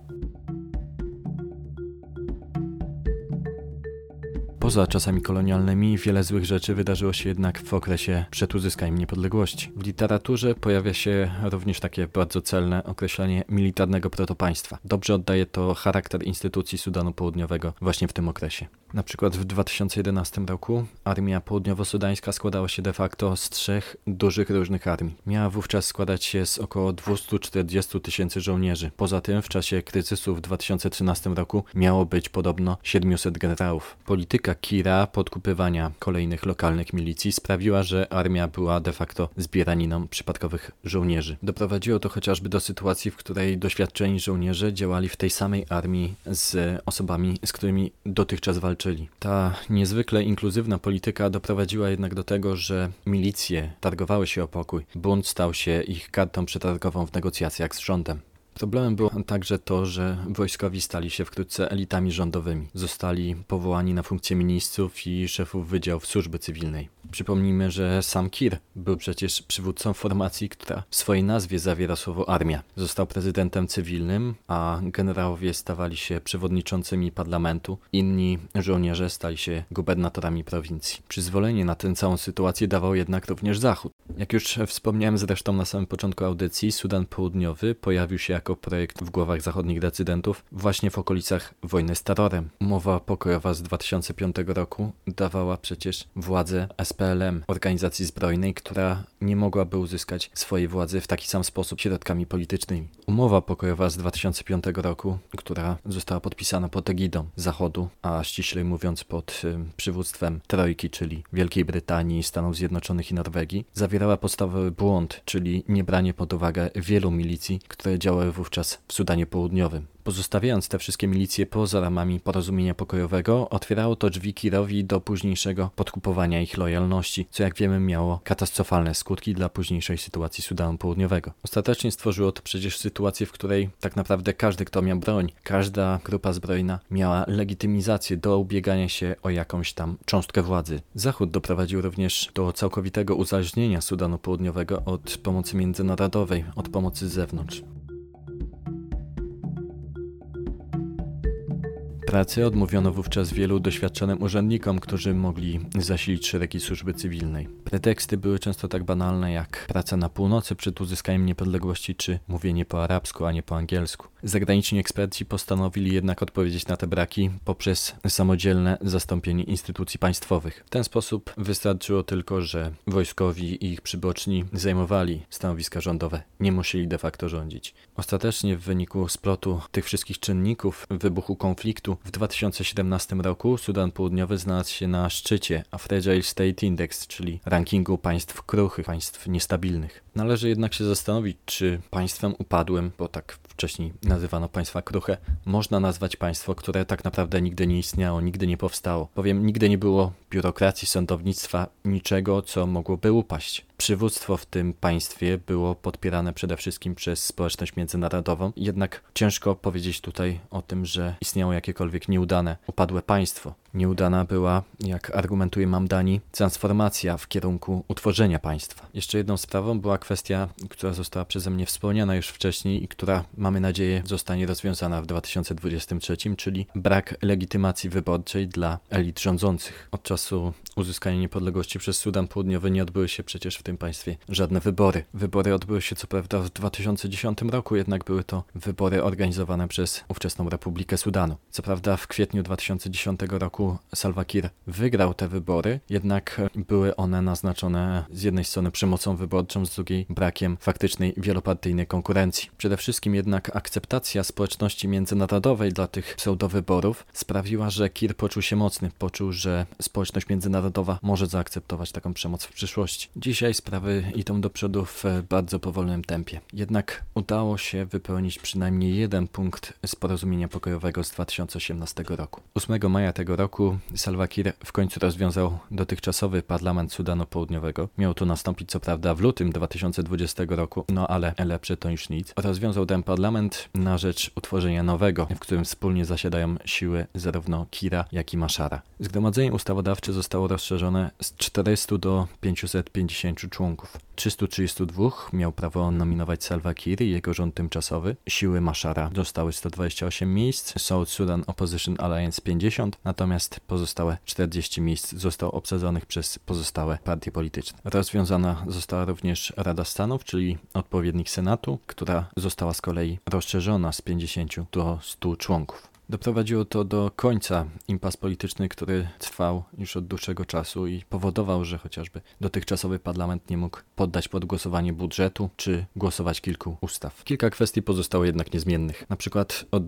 Poza czasami kolonialnymi wiele złych rzeczy wydarzyło się jednak w okresie przed uzyskaniem niepodległości. W literaturze pojawia się również takie bardzo celne określenie militarnego protopaństwa. Dobrze oddaje to charakter instytucji Sudanu Południowego właśnie w tym okresie. Na przykład w 2011 roku armia południowo-sudańska składała się de facto z 3 dużych różnych armii. Miała wówczas składać się z około 240 tysięcy żołnierzy. Poza tym w czasie kryzysu w 2013 roku miało być podobno 700 generałów. Polityka Kira podkupywania kolejnych lokalnych milicji sprawiła, że armia była de facto zbieraniną przypadkowych żołnierzy. Doprowadziło to chociażby do sytuacji, w której doświadczeni żołnierze działali w tej samej armii z osobami, z którymi dotychczas walczyli. Ta niezwykle inkluzywna polityka doprowadziła jednak do tego, że milicje targowały się o pokój. Bunt stał się ich kartą przetargową w negocjacjach z rządem. Problemem było także to, że wojskowi stali się wkrótce elitami rządowymi. Zostali powołani na funkcje ministrów i szefów wydziałów służby cywilnej. Przypomnijmy, że sam Kir był przecież przywódcą formacji, która w swojej nazwie zawiera słowo armia. Został prezydentem cywilnym, a generałowie stawali się przewodniczącymi parlamentu. Inni żołnierze stali się gubernatorami prowincji. Przyzwolenie na tę całą sytuację dawał jednak również Zachód. Jak już wspomniałem zresztą na samym początku audycji, Sudan Południowy pojawił się jako projekt w głowach zachodnich decydentów właśnie w okolicach wojny z terrorem. Umowa pokojowa z 2005 roku dawała przecież władzę SPLM, organizacji zbrojnej, która nie mogłaby uzyskać swojej władzy w taki sam sposób środkami politycznymi. Umowa pokojowa z 2005 roku, która została podpisana pod egidą Zachodu, a ściślej mówiąc pod przywództwem Trojki, czyli Wielkiej Brytanii, Stanów Zjednoczonych i Norwegii, zawierała podstawowy błąd, czyli niebranie pod uwagę wielu milicji, które działały wówczas w Sudanie Południowym. Pozostawiając te wszystkie milicje poza ramami porozumienia pokojowego, otwierało to drzwi Kirowi do późniejszego podkupowania ich lojalności. działalności, co jak wiemy miało katastrofalne skutki dla późniejszej sytuacji Sudanu Południowego. Ostatecznie stworzyło to przecież sytuację, w której tak naprawdę każdy, kto miał broń, każda grupa zbrojna miała legitymizację do ubiegania się o jakąś tam cząstkę władzy. Zachód doprowadził również do całkowitego uzależnienia Sudanu Południowego od pomocy międzynarodowej, od pomocy z zewnątrz. Pracy odmówiono wówczas wielu doświadczonym urzędnikom, którzy mogli zasilić szeregi służby cywilnej. Preteksty były często tak banalne jak praca na północy przed uzyskaniem niepodległości czy mówienie po arabsku, a nie po angielsku. Zagraniczni eksperci postanowili jednak odpowiedzieć na te braki poprzez samodzielne zastąpienie instytucji państwowych. W ten sposób wystarczyło tylko, że wojskowi i ich przyboczni zajmowali stanowiska rządowe, nie musieli de facto rządzić. Ostatecznie w wyniku splotu tych wszystkich czynników, wybuchu konfliktu, w 2017 roku Sudan Południowy znalazł się na szczycie Fragile State Index, czyli rankingu państw kruchych, państw niestabilnych. Należy jednak się zastanowić, czy państwem upadłym, bo tak wcześniej nazywano państwa kruche, można nazwać państwo, które tak naprawdę nigdy nie istniało, nigdy nie powstało. Bowiem nigdy nie było biurokracji, sądownictwa, niczego, co mogłoby upaść. Przywództwo w tym państwie było podpierane przede wszystkim przez społeczność międzynarodową, jednak ciężko powiedzieć tutaj o tym, że istniało jakiekolwiek nieudane, upadłe państwo. Nieudana była, jak argumentuje Mamdani, transformacja w kierunku utworzenia państwa. Jeszcze jedną sprawą była kwestia, która została przeze mnie wspomniana już wcześniej i która, mamy nadzieję, zostanie rozwiązana w 2023, czyli brak legitymacji wyborczej dla elit rządzących. Od czasu uzyskania niepodległości przez Sudan Południowy nie odbyły się przecież w tym państwie żadne wybory. Wybory odbyły się co prawda w 2010 roku, jednak były to wybory organizowane przez ówczesną Republikę Sudanu. Co prawda w kwietniu 2010 roku Salva Kiir wygrał te wybory, jednak były one naznaczone z jednej strony przemocą wyborczą, z drugiej brakiem faktycznej wielopartyjnej konkurencji. Przede wszystkim jednak akceptacja społeczności międzynarodowej dla tych pseudowyborów sprawiła, że Kiir poczuł się mocny, poczuł, że społeczność międzynarodowa może zaakceptować taką przemoc w przyszłości. Dzisiaj sprawy idą do przodu w bardzo powolnym tempie. Jednak udało się wypełnić przynajmniej jeden punkt z porozumienia pokojowego z 2018 roku. 8 maja tego roku Salva Kiir w końcu rozwiązał dotychczasowy parlament Sudanu Południowego. Miał to nastąpić co prawda w lutym 2020 roku, no ale lepsze to niż nic. Rozwiązał ten parlament na rzecz utworzenia nowego, w którym wspólnie zasiadają siły zarówno Kiira, jak i Machara. Zgromadzenie ustawodawcze zostało rozszerzone z 400 do 550 członków. 332 miał prawo nominować Salva Kiir i jego rząd tymczasowy. Siły Machara dostały 128 miejsc, South Sudan Opposition Alliance 50, natomiast pozostałe 40 miejsc zostało obsadzonych przez pozostałe partie polityczne. Rozwiązana została również Rada Stanów, czyli odpowiednik Senatu, która została z kolei rozszerzona z 50 do 100 członków. Doprowadziło to do końca impas polityczny, który trwał już od dłuższego czasu i powodował, że chociażby dotychczasowy parlament nie mógł poddać pod głosowanie budżetu czy głosować kilku ustaw. Kilka kwestii pozostało jednak niezmiennych. Na przykład od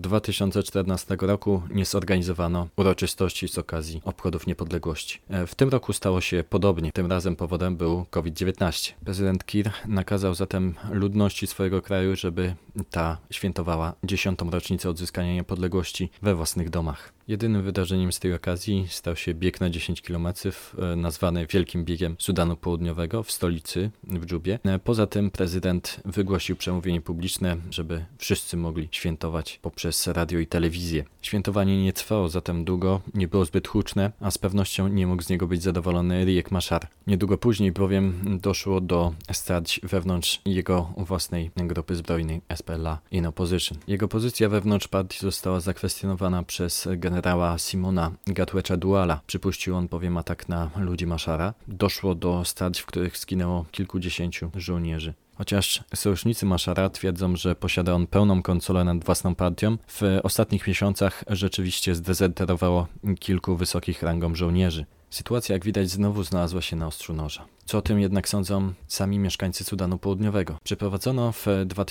2014 roku nie zorganizowano uroczystości z okazji obchodów niepodległości. W tym roku stało się podobnie. Tym razem powodem był COVID-19. Prezydent Kiir nakazał zatem ludności swojego kraju, żeby ta świętowała 10. rocznicę odzyskania niepodległości we własnych domach. Jedynym wydarzeniem z tej okazji stał się bieg na 10 km, nazwany Wielkim Biegiem Sudanu Południowego w stolicy, w Dżubie. Poza tym prezydent wygłosił przemówienie publiczne, żeby wszyscy mogli świętować poprzez radio i telewizję. Świętowanie nie trwało zatem długo, nie było zbyt huczne, a z pewnością nie mógł z niego być zadowolony Riek Machar. Niedługo później bowiem doszło do starć wewnątrz jego własnej grupy zbrojnej SPLA in Opposition. Jego pozycja wewnątrz partii została zakwestionowana przez generała Simona Gatwecha Duala. Przypuścił on bowiem atak na ludzi Machara. Doszło do starć, w których zginęło kilkudziesięciu żołnierzy. Chociaż sojusznicy Machara twierdzą, że posiada on pełną kontrolę nad własną partią, w ostatnich miesiącach rzeczywiście zdezerterowało kilku wysokich rangą żołnierzy. Sytuacja, jak widać, znowu znalazła się na ostrzu noża. Co o tym jednak sądzą sami mieszkańcy Sudanu Południowego? Przeprowadzono w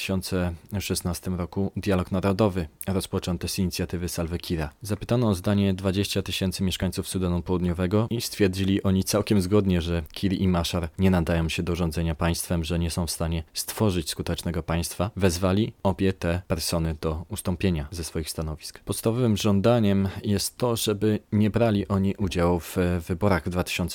2016 roku dialog narodowy rozpoczęty z inicjatywy Salwy Kiira. Zapytano o zdanie 20 000 mieszkańców Sudanu Południowego i stwierdzili oni całkiem zgodnie, że Kiir i Machar nie nadają się do rządzenia państwem, że nie są w stanie stworzyć skutecznego państwa. Wezwali obie te persony do ustąpienia ze swoich stanowisk. Podstawowym żądaniem jest to, żeby nie brali oni udziału w wyborach w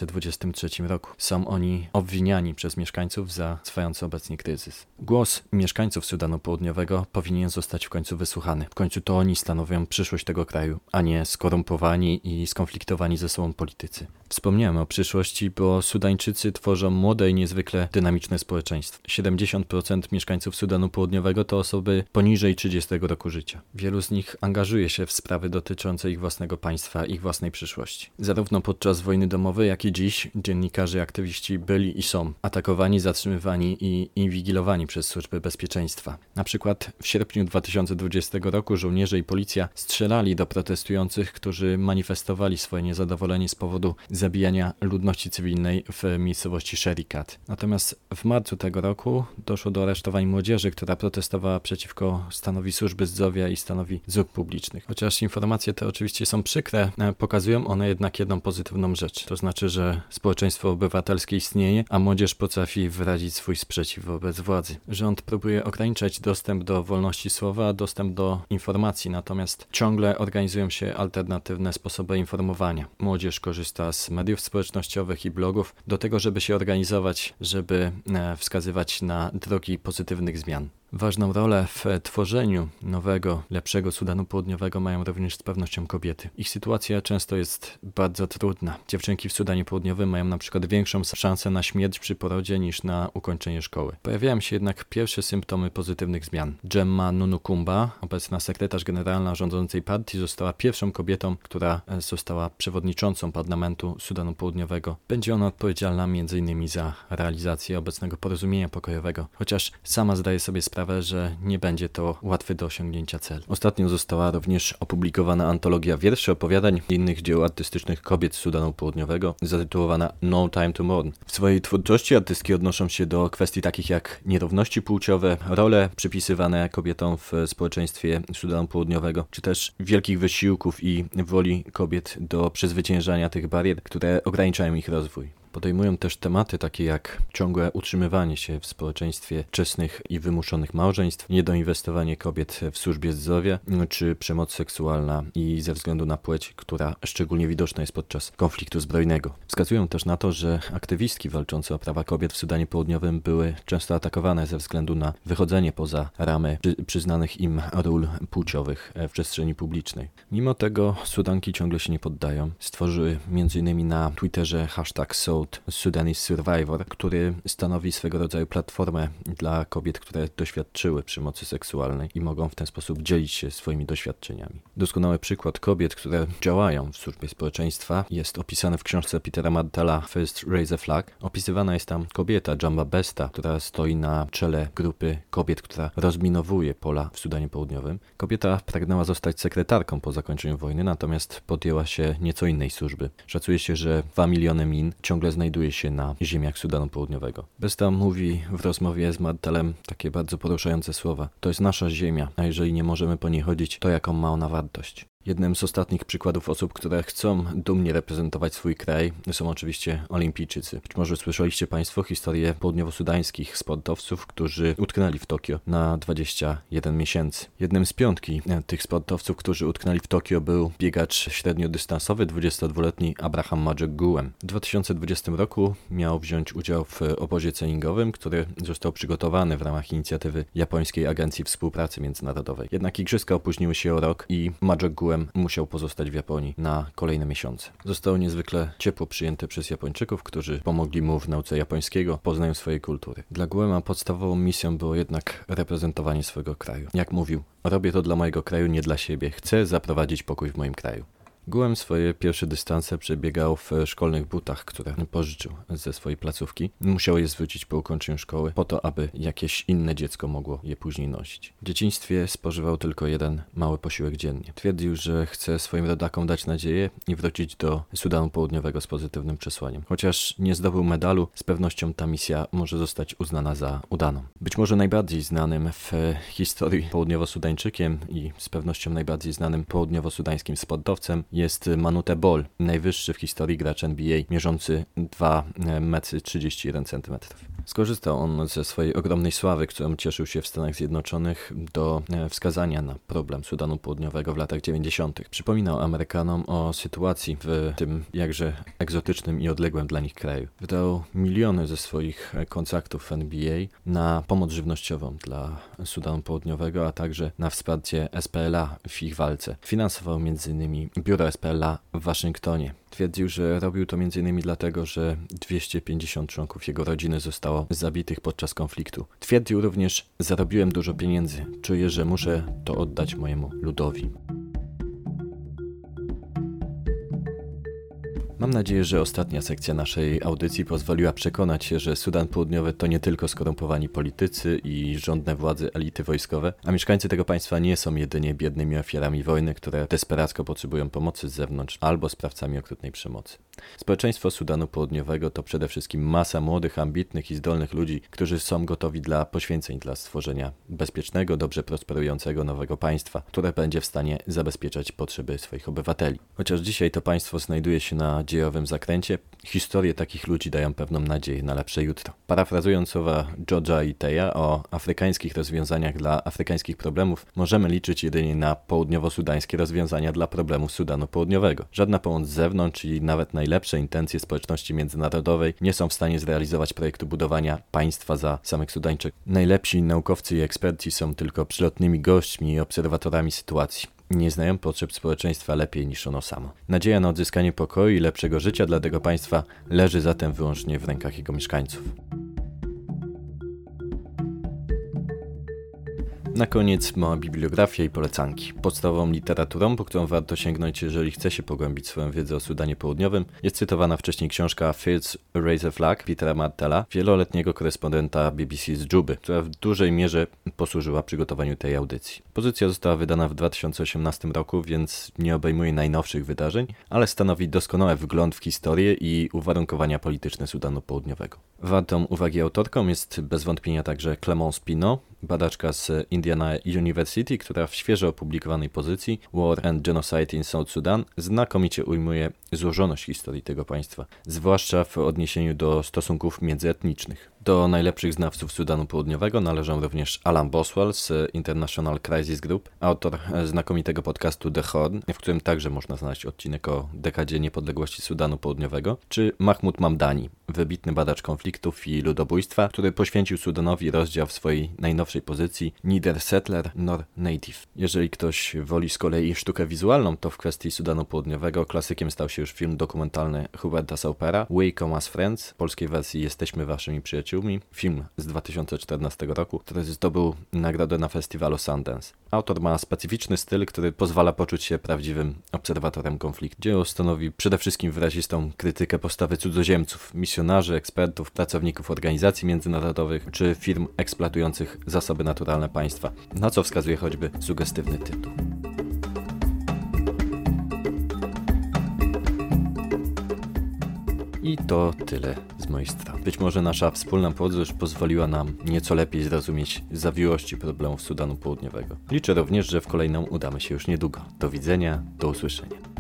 2023 roku. Są oni obwiniani przez mieszkańców za trwający obecnie kryzys. Głos mieszkańców Sudanu Południowego powinien zostać w końcu wysłuchany. W końcu to oni stanowią przyszłość tego kraju, a nie skorumpowani i skonfliktowani ze sobą politycy. Wspomniałem o przyszłości, bo Sudańczycy tworzą młode i niezwykle dynamiczne społeczeństwo. 70% mieszkańców Sudanu Południowego to osoby poniżej 30 roku życia. Wielu z nich angażuje się w sprawy dotyczące ich własnego państwa, ich własnej przyszłości. Zarówno podczas wojny domowej, jak i dziś dziennikarze i aktywiści byli i są atakowani, zatrzymywani i inwigilowani przez służby bezpieczeństwa. Na przykład w sierpniu 2020 roku żołnierze i policja strzelali do protestujących, którzy manifestowali swoje niezadowolenie z powodu zabijania ludności cywilnej w miejscowości Sherikat. Natomiast w marcu tego roku doszło do aresztowań młodzieży, która protestowała przeciwko stanowi służby zdrowia i stanowi dróg publicznych. Chociaż informacje te oczywiście są przykre, pokazują one jednak jedną pozytywną rzecz. To znaczy, że społeczeństwo obywatelskie istnieje, a młodzież potrafi wyrazić swój sprzeciw wobec władzy. Rząd próbuje ograniczać dostęp do wolności słowa, dostęp do informacji, natomiast ciągle organizują się alternatywne sposoby informowania. Młodzież korzysta z mediów społecznościowych i blogów do tego, żeby się organizować, żeby wskazywać na drogi pozytywnych zmian. Ważną rolę w tworzeniu nowego, lepszego Sudanu Południowego mają również z pewnością kobiety. Ich sytuacja często jest bardzo trudna. Dziewczynki w Sudanie Południowym mają na przykład większą szansę na śmierć przy porodzie niż na ukończenie szkoły. Pojawiają się jednak pierwsze symptomy pozytywnych zmian. Gemma Nunukumba, obecna sekretarz generalna rządzącej partii, została pierwszą kobietą, która została przewodniczącą parlamentu Sudanu Południowego. Będzie ona odpowiedzialna m.in. za realizację obecnego porozumienia pokojowego, chociaż sama zdaje sobie sprawę, że nie będzie to łatwy do osiągnięcia cel. Ostatnio została również opublikowana antologia wierszy, opowiadań i innych dzieł artystycznych kobiet z Sudanu Południowego, zatytułowana No Time to Mourn. W swojej twórczości artystki odnoszą się do kwestii takich jak nierówności płciowe, role przypisywane kobietom w społeczeństwie Sudanu Południowego, czy też wielkich wysiłków i woli kobiet do przezwyciężania tych barier, które ograniczają ich rozwój. Podejmują też tematy takie jak ciągłe utrzymywanie się w społeczeństwie czesnych i wymuszonych małżeństw, niedoinwestowanie kobiet w służbie zdrowia, czy przemoc seksualna i ze względu na płeć, która szczególnie widoczna jest podczas konfliktu zbrojnego. Wskazują też na to, że aktywistki walczące o prawa kobiet w Sudanie Południowym były często atakowane ze względu na wychodzenie poza ramy przyznanych im ról płciowych w przestrzeni publicznej. Mimo tego Sudanki ciągle się nie poddają. Stworzyły m.in. na Twitterze hashtag Sudanese Survivor, który stanowi swego rodzaju platformę dla kobiet, które doświadczyły przemocy seksualnej i mogą w ten sposób dzielić się swoimi doświadczeniami. Doskonały przykład kobiet, które działają w służbie społeczeństwa, jest opisany w książce Petera Martela First Raise a Flag. Opisywana jest tam kobieta, Jamba Besta, która stoi na czele grupy kobiet, która rozminowuje pola w Sudanie Południowym. Kobieta pragnęła zostać sekretarką po zakończeniu wojny, natomiast podjęła się nieco innej służby. Szacuje się, że 2 miliony min ciągle znajduje się na ziemiach Sudanu Południowego. Besta mówi w rozmowie z Martelem takie bardzo poruszające słowa. To jest nasza ziemia, a jeżeli nie możemy po niej chodzić, to jaką ma ona wartość? Jednym z ostatnich przykładów osób, które chcą dumnie reprezentować swój kraj, są oczywiście olimpijczycy. Być może słyszeliście Państwo historię południowo-sudańskich sportowców, którzy utknęli w Tokio na 21 miesięcy. Jednym z piątki tych sportowców, którzy utknęli w Tokio, był biegacz średniodystansowy, 22-letni Abraham Majok-Guem. W 2020 roku miał wziąć udział w obozie treningowym, który został przygotowany w ramach inicjatywy Japońskiej Agencji Współpracy Międzynarodowej. Jednak igrzyska opóźniły się o rok i Majok-Guem musiał pozostać w Japonii na kolejne miesiące. Został niezwykle ciepło przyjęty przez Japończyków, którzy pomogli mu w nauce japońskiego, poznaniu swojej kultury. Dla Guema podstawową misją było jednak reprezentowanie swojego kraju. Jak mówił, robię to dla mojego kraju, nie dla siebie. Chcę zaprowadzić pokój w moim kraju. Gułem swoje pierwsze dystanse przebiegał w szkolnych butach, które pożyczył ze swojej placówki. Musiał je zwrócić po ukończeniu szkoły, po to, aby jakieś inne dziecko mogło je później nosić. W dzieciństwie spożywał tylko jeden mały posiłek dziennie. Twierdził, że chce swoim rodakom dać nadzieję i wrócić do Sudanu Południowego z pozytywnym przesłaniem. Chociaż nie zdobył medalu, z pewnością ta misja może zostać uznana za udaną. Być może najbardziej znanym w historii południowo-sudańczykiem i z pewnością najbardziej znanym południowo-sudańskim sportowcem jest Manute Bol, najwyższy w historii gracz NBA, mierzący 2,31 m. Skorzystał on ze swojej ogromnej sławy, którą cieszył się w Stanach Zjednoczonych, do wskazania na problem Sudanu Południowego w latach 90. Przypominał Amerykanom o sytuacji w tym jakże egzotycznym i odległym dla nich kraju. Wydał miliony ze swoich kontraktów w NBA na pomoc żywnościową dla Sudanu Południowego, a także na wsparcie SPLA w ich walce. Finansował m.in. biuro SPLA w Waszyngtonie. Twierdził, że robił to m.in. dlatego, że 250 członków jego rodziny zostało zabitych podczas konfliktu. Twierdził również: zarobiłem dużo pieniędzy, czuję, że muszę to oddać mojemu ludowi. Mam nadzieję, że ostatnia sekcja naszej audycji pozwoliła przekonać się, że Sudan Południowy to nie tylko skorumpowani politycy i żądne władze elity wojskowe, a mieszkańcy tego państwa nie są jedynie biednymi ofiarami wojny, które desperacko potrzebują pomocy z zewnątrz, albo sprawcami okrutnej przemocy. Społeczeństwo Sudanu Południowego to przede wszystkim masa młodych, ambitnych i zdolnych ludzi, którzy są gotowi dla poświęceń dla stworzenia bezpiecznego, dobrze prosperującego nowego państwa, które będzie w stanie zabezpieczać potrzeby swoich obywateli. Chociaż dzisiaj to państwo znajduje się na dziejowym zakręcie, historie takich ludzi dają pewną nadzieję na lepsze jutro. Parafrazując słowa George'a Iteya o afrykańskich rozwiązaniach dla afrykańskich problemów, możemy liczyć jedynie na południowo-sudańskie rozwiązania dla problemów Sudanu Południowego. Żadna pomoc z zewnątrz i nawet najlepsze intencje społeczności międzynarodowej nie są w stanie zrealizować projektu budowania państwa za samych Sudańczyków. Najlepsi naukowcy i eksperci są tylko przylotnymi gośćmi i obserwatorami sytuacji. Nie znają potrzeb społeczeństwa lepiej niż ono samo. Nadzieja na odzyskanie pokoju i lepszego życia dla tego państwa leży zatem wyłącznie w rękach jego mieszkańców. Na koniec mała bibliografia i polecanki. Podstawową literaturą, po którą warto sięgnąć, jeżeli chce się pogłębić swoją wiedzę o Sudanie Południowym, jest cytowana wcześniej książka Fields Raise a Flag Petera Martella, wieloletniego korespondenta BBC z Dżuby, która w dużej mierze posłużyła przygotowaniu tej audycji. Pozycja została wydana w 2018 roku, więc nie obejmuje najnowszych wydarzeń, ale stanowi doskonały wgląd w historię i uwarunkowania polityczne Sudanu Południowego. Wartą uwagi autorką jest bez wątpienia także Clémence Pinot, badaczka z Indiana University, która w świeżo opublikowanej pozycji War and Genocide in South Sudan znakomicie ujmuje złożoność historii tego państwa, zwłaszcza w odniesieniu do stosunków międzyetnicznych. Do najlepszych znawców Sudanu Południowego należą również Alan Boswell z International Crisis Group, autor znakomitego podcastu The Horn, w którym także można znaleźć odcinek o dekadzie niepodległości Sudanu Południowego, czy Mahmoud Mamdani, wybitny badacz konfliktów i ludobójstwa, który poświęcił Sudanowi rozdział w swojej najnowszej pozycji Neither Settler nor Native. Jeżeli ktoś woli z kolei sztukę wizualną, to w kwestii Sudanu Południowego klasykiem stał się już film dokumentalny Huberta Saupera We Come as Friends, w polskiej wersji Jesteśmy waszymi przyjaciółmi, film z 2014 roku, który zdobył nagrodę na festiwalu Sundance. Autor ma specyficzny styl, który pozwala poczuć się prawdziwym obserwatorem konfliktu. Dzieło stanowi przede wszystkim wyrazistą krytykę postawy cudzoziemców, misjonarzy, ekspertów, pracowników organizacji międzynarodowych czy firm eksploatujących zasoby naturalne państwa, na co wskazuje choćby sugestywny tytuł. I to tyle z mojej strony. Być może nasza wspólna podróż pozwoliła nam nieco lepiej zrozumieć zawiłości problemów Sudanu Południowego. Liczę również, że w kolejną udamy się już niedługo. Do widzenia, do usłyszenia.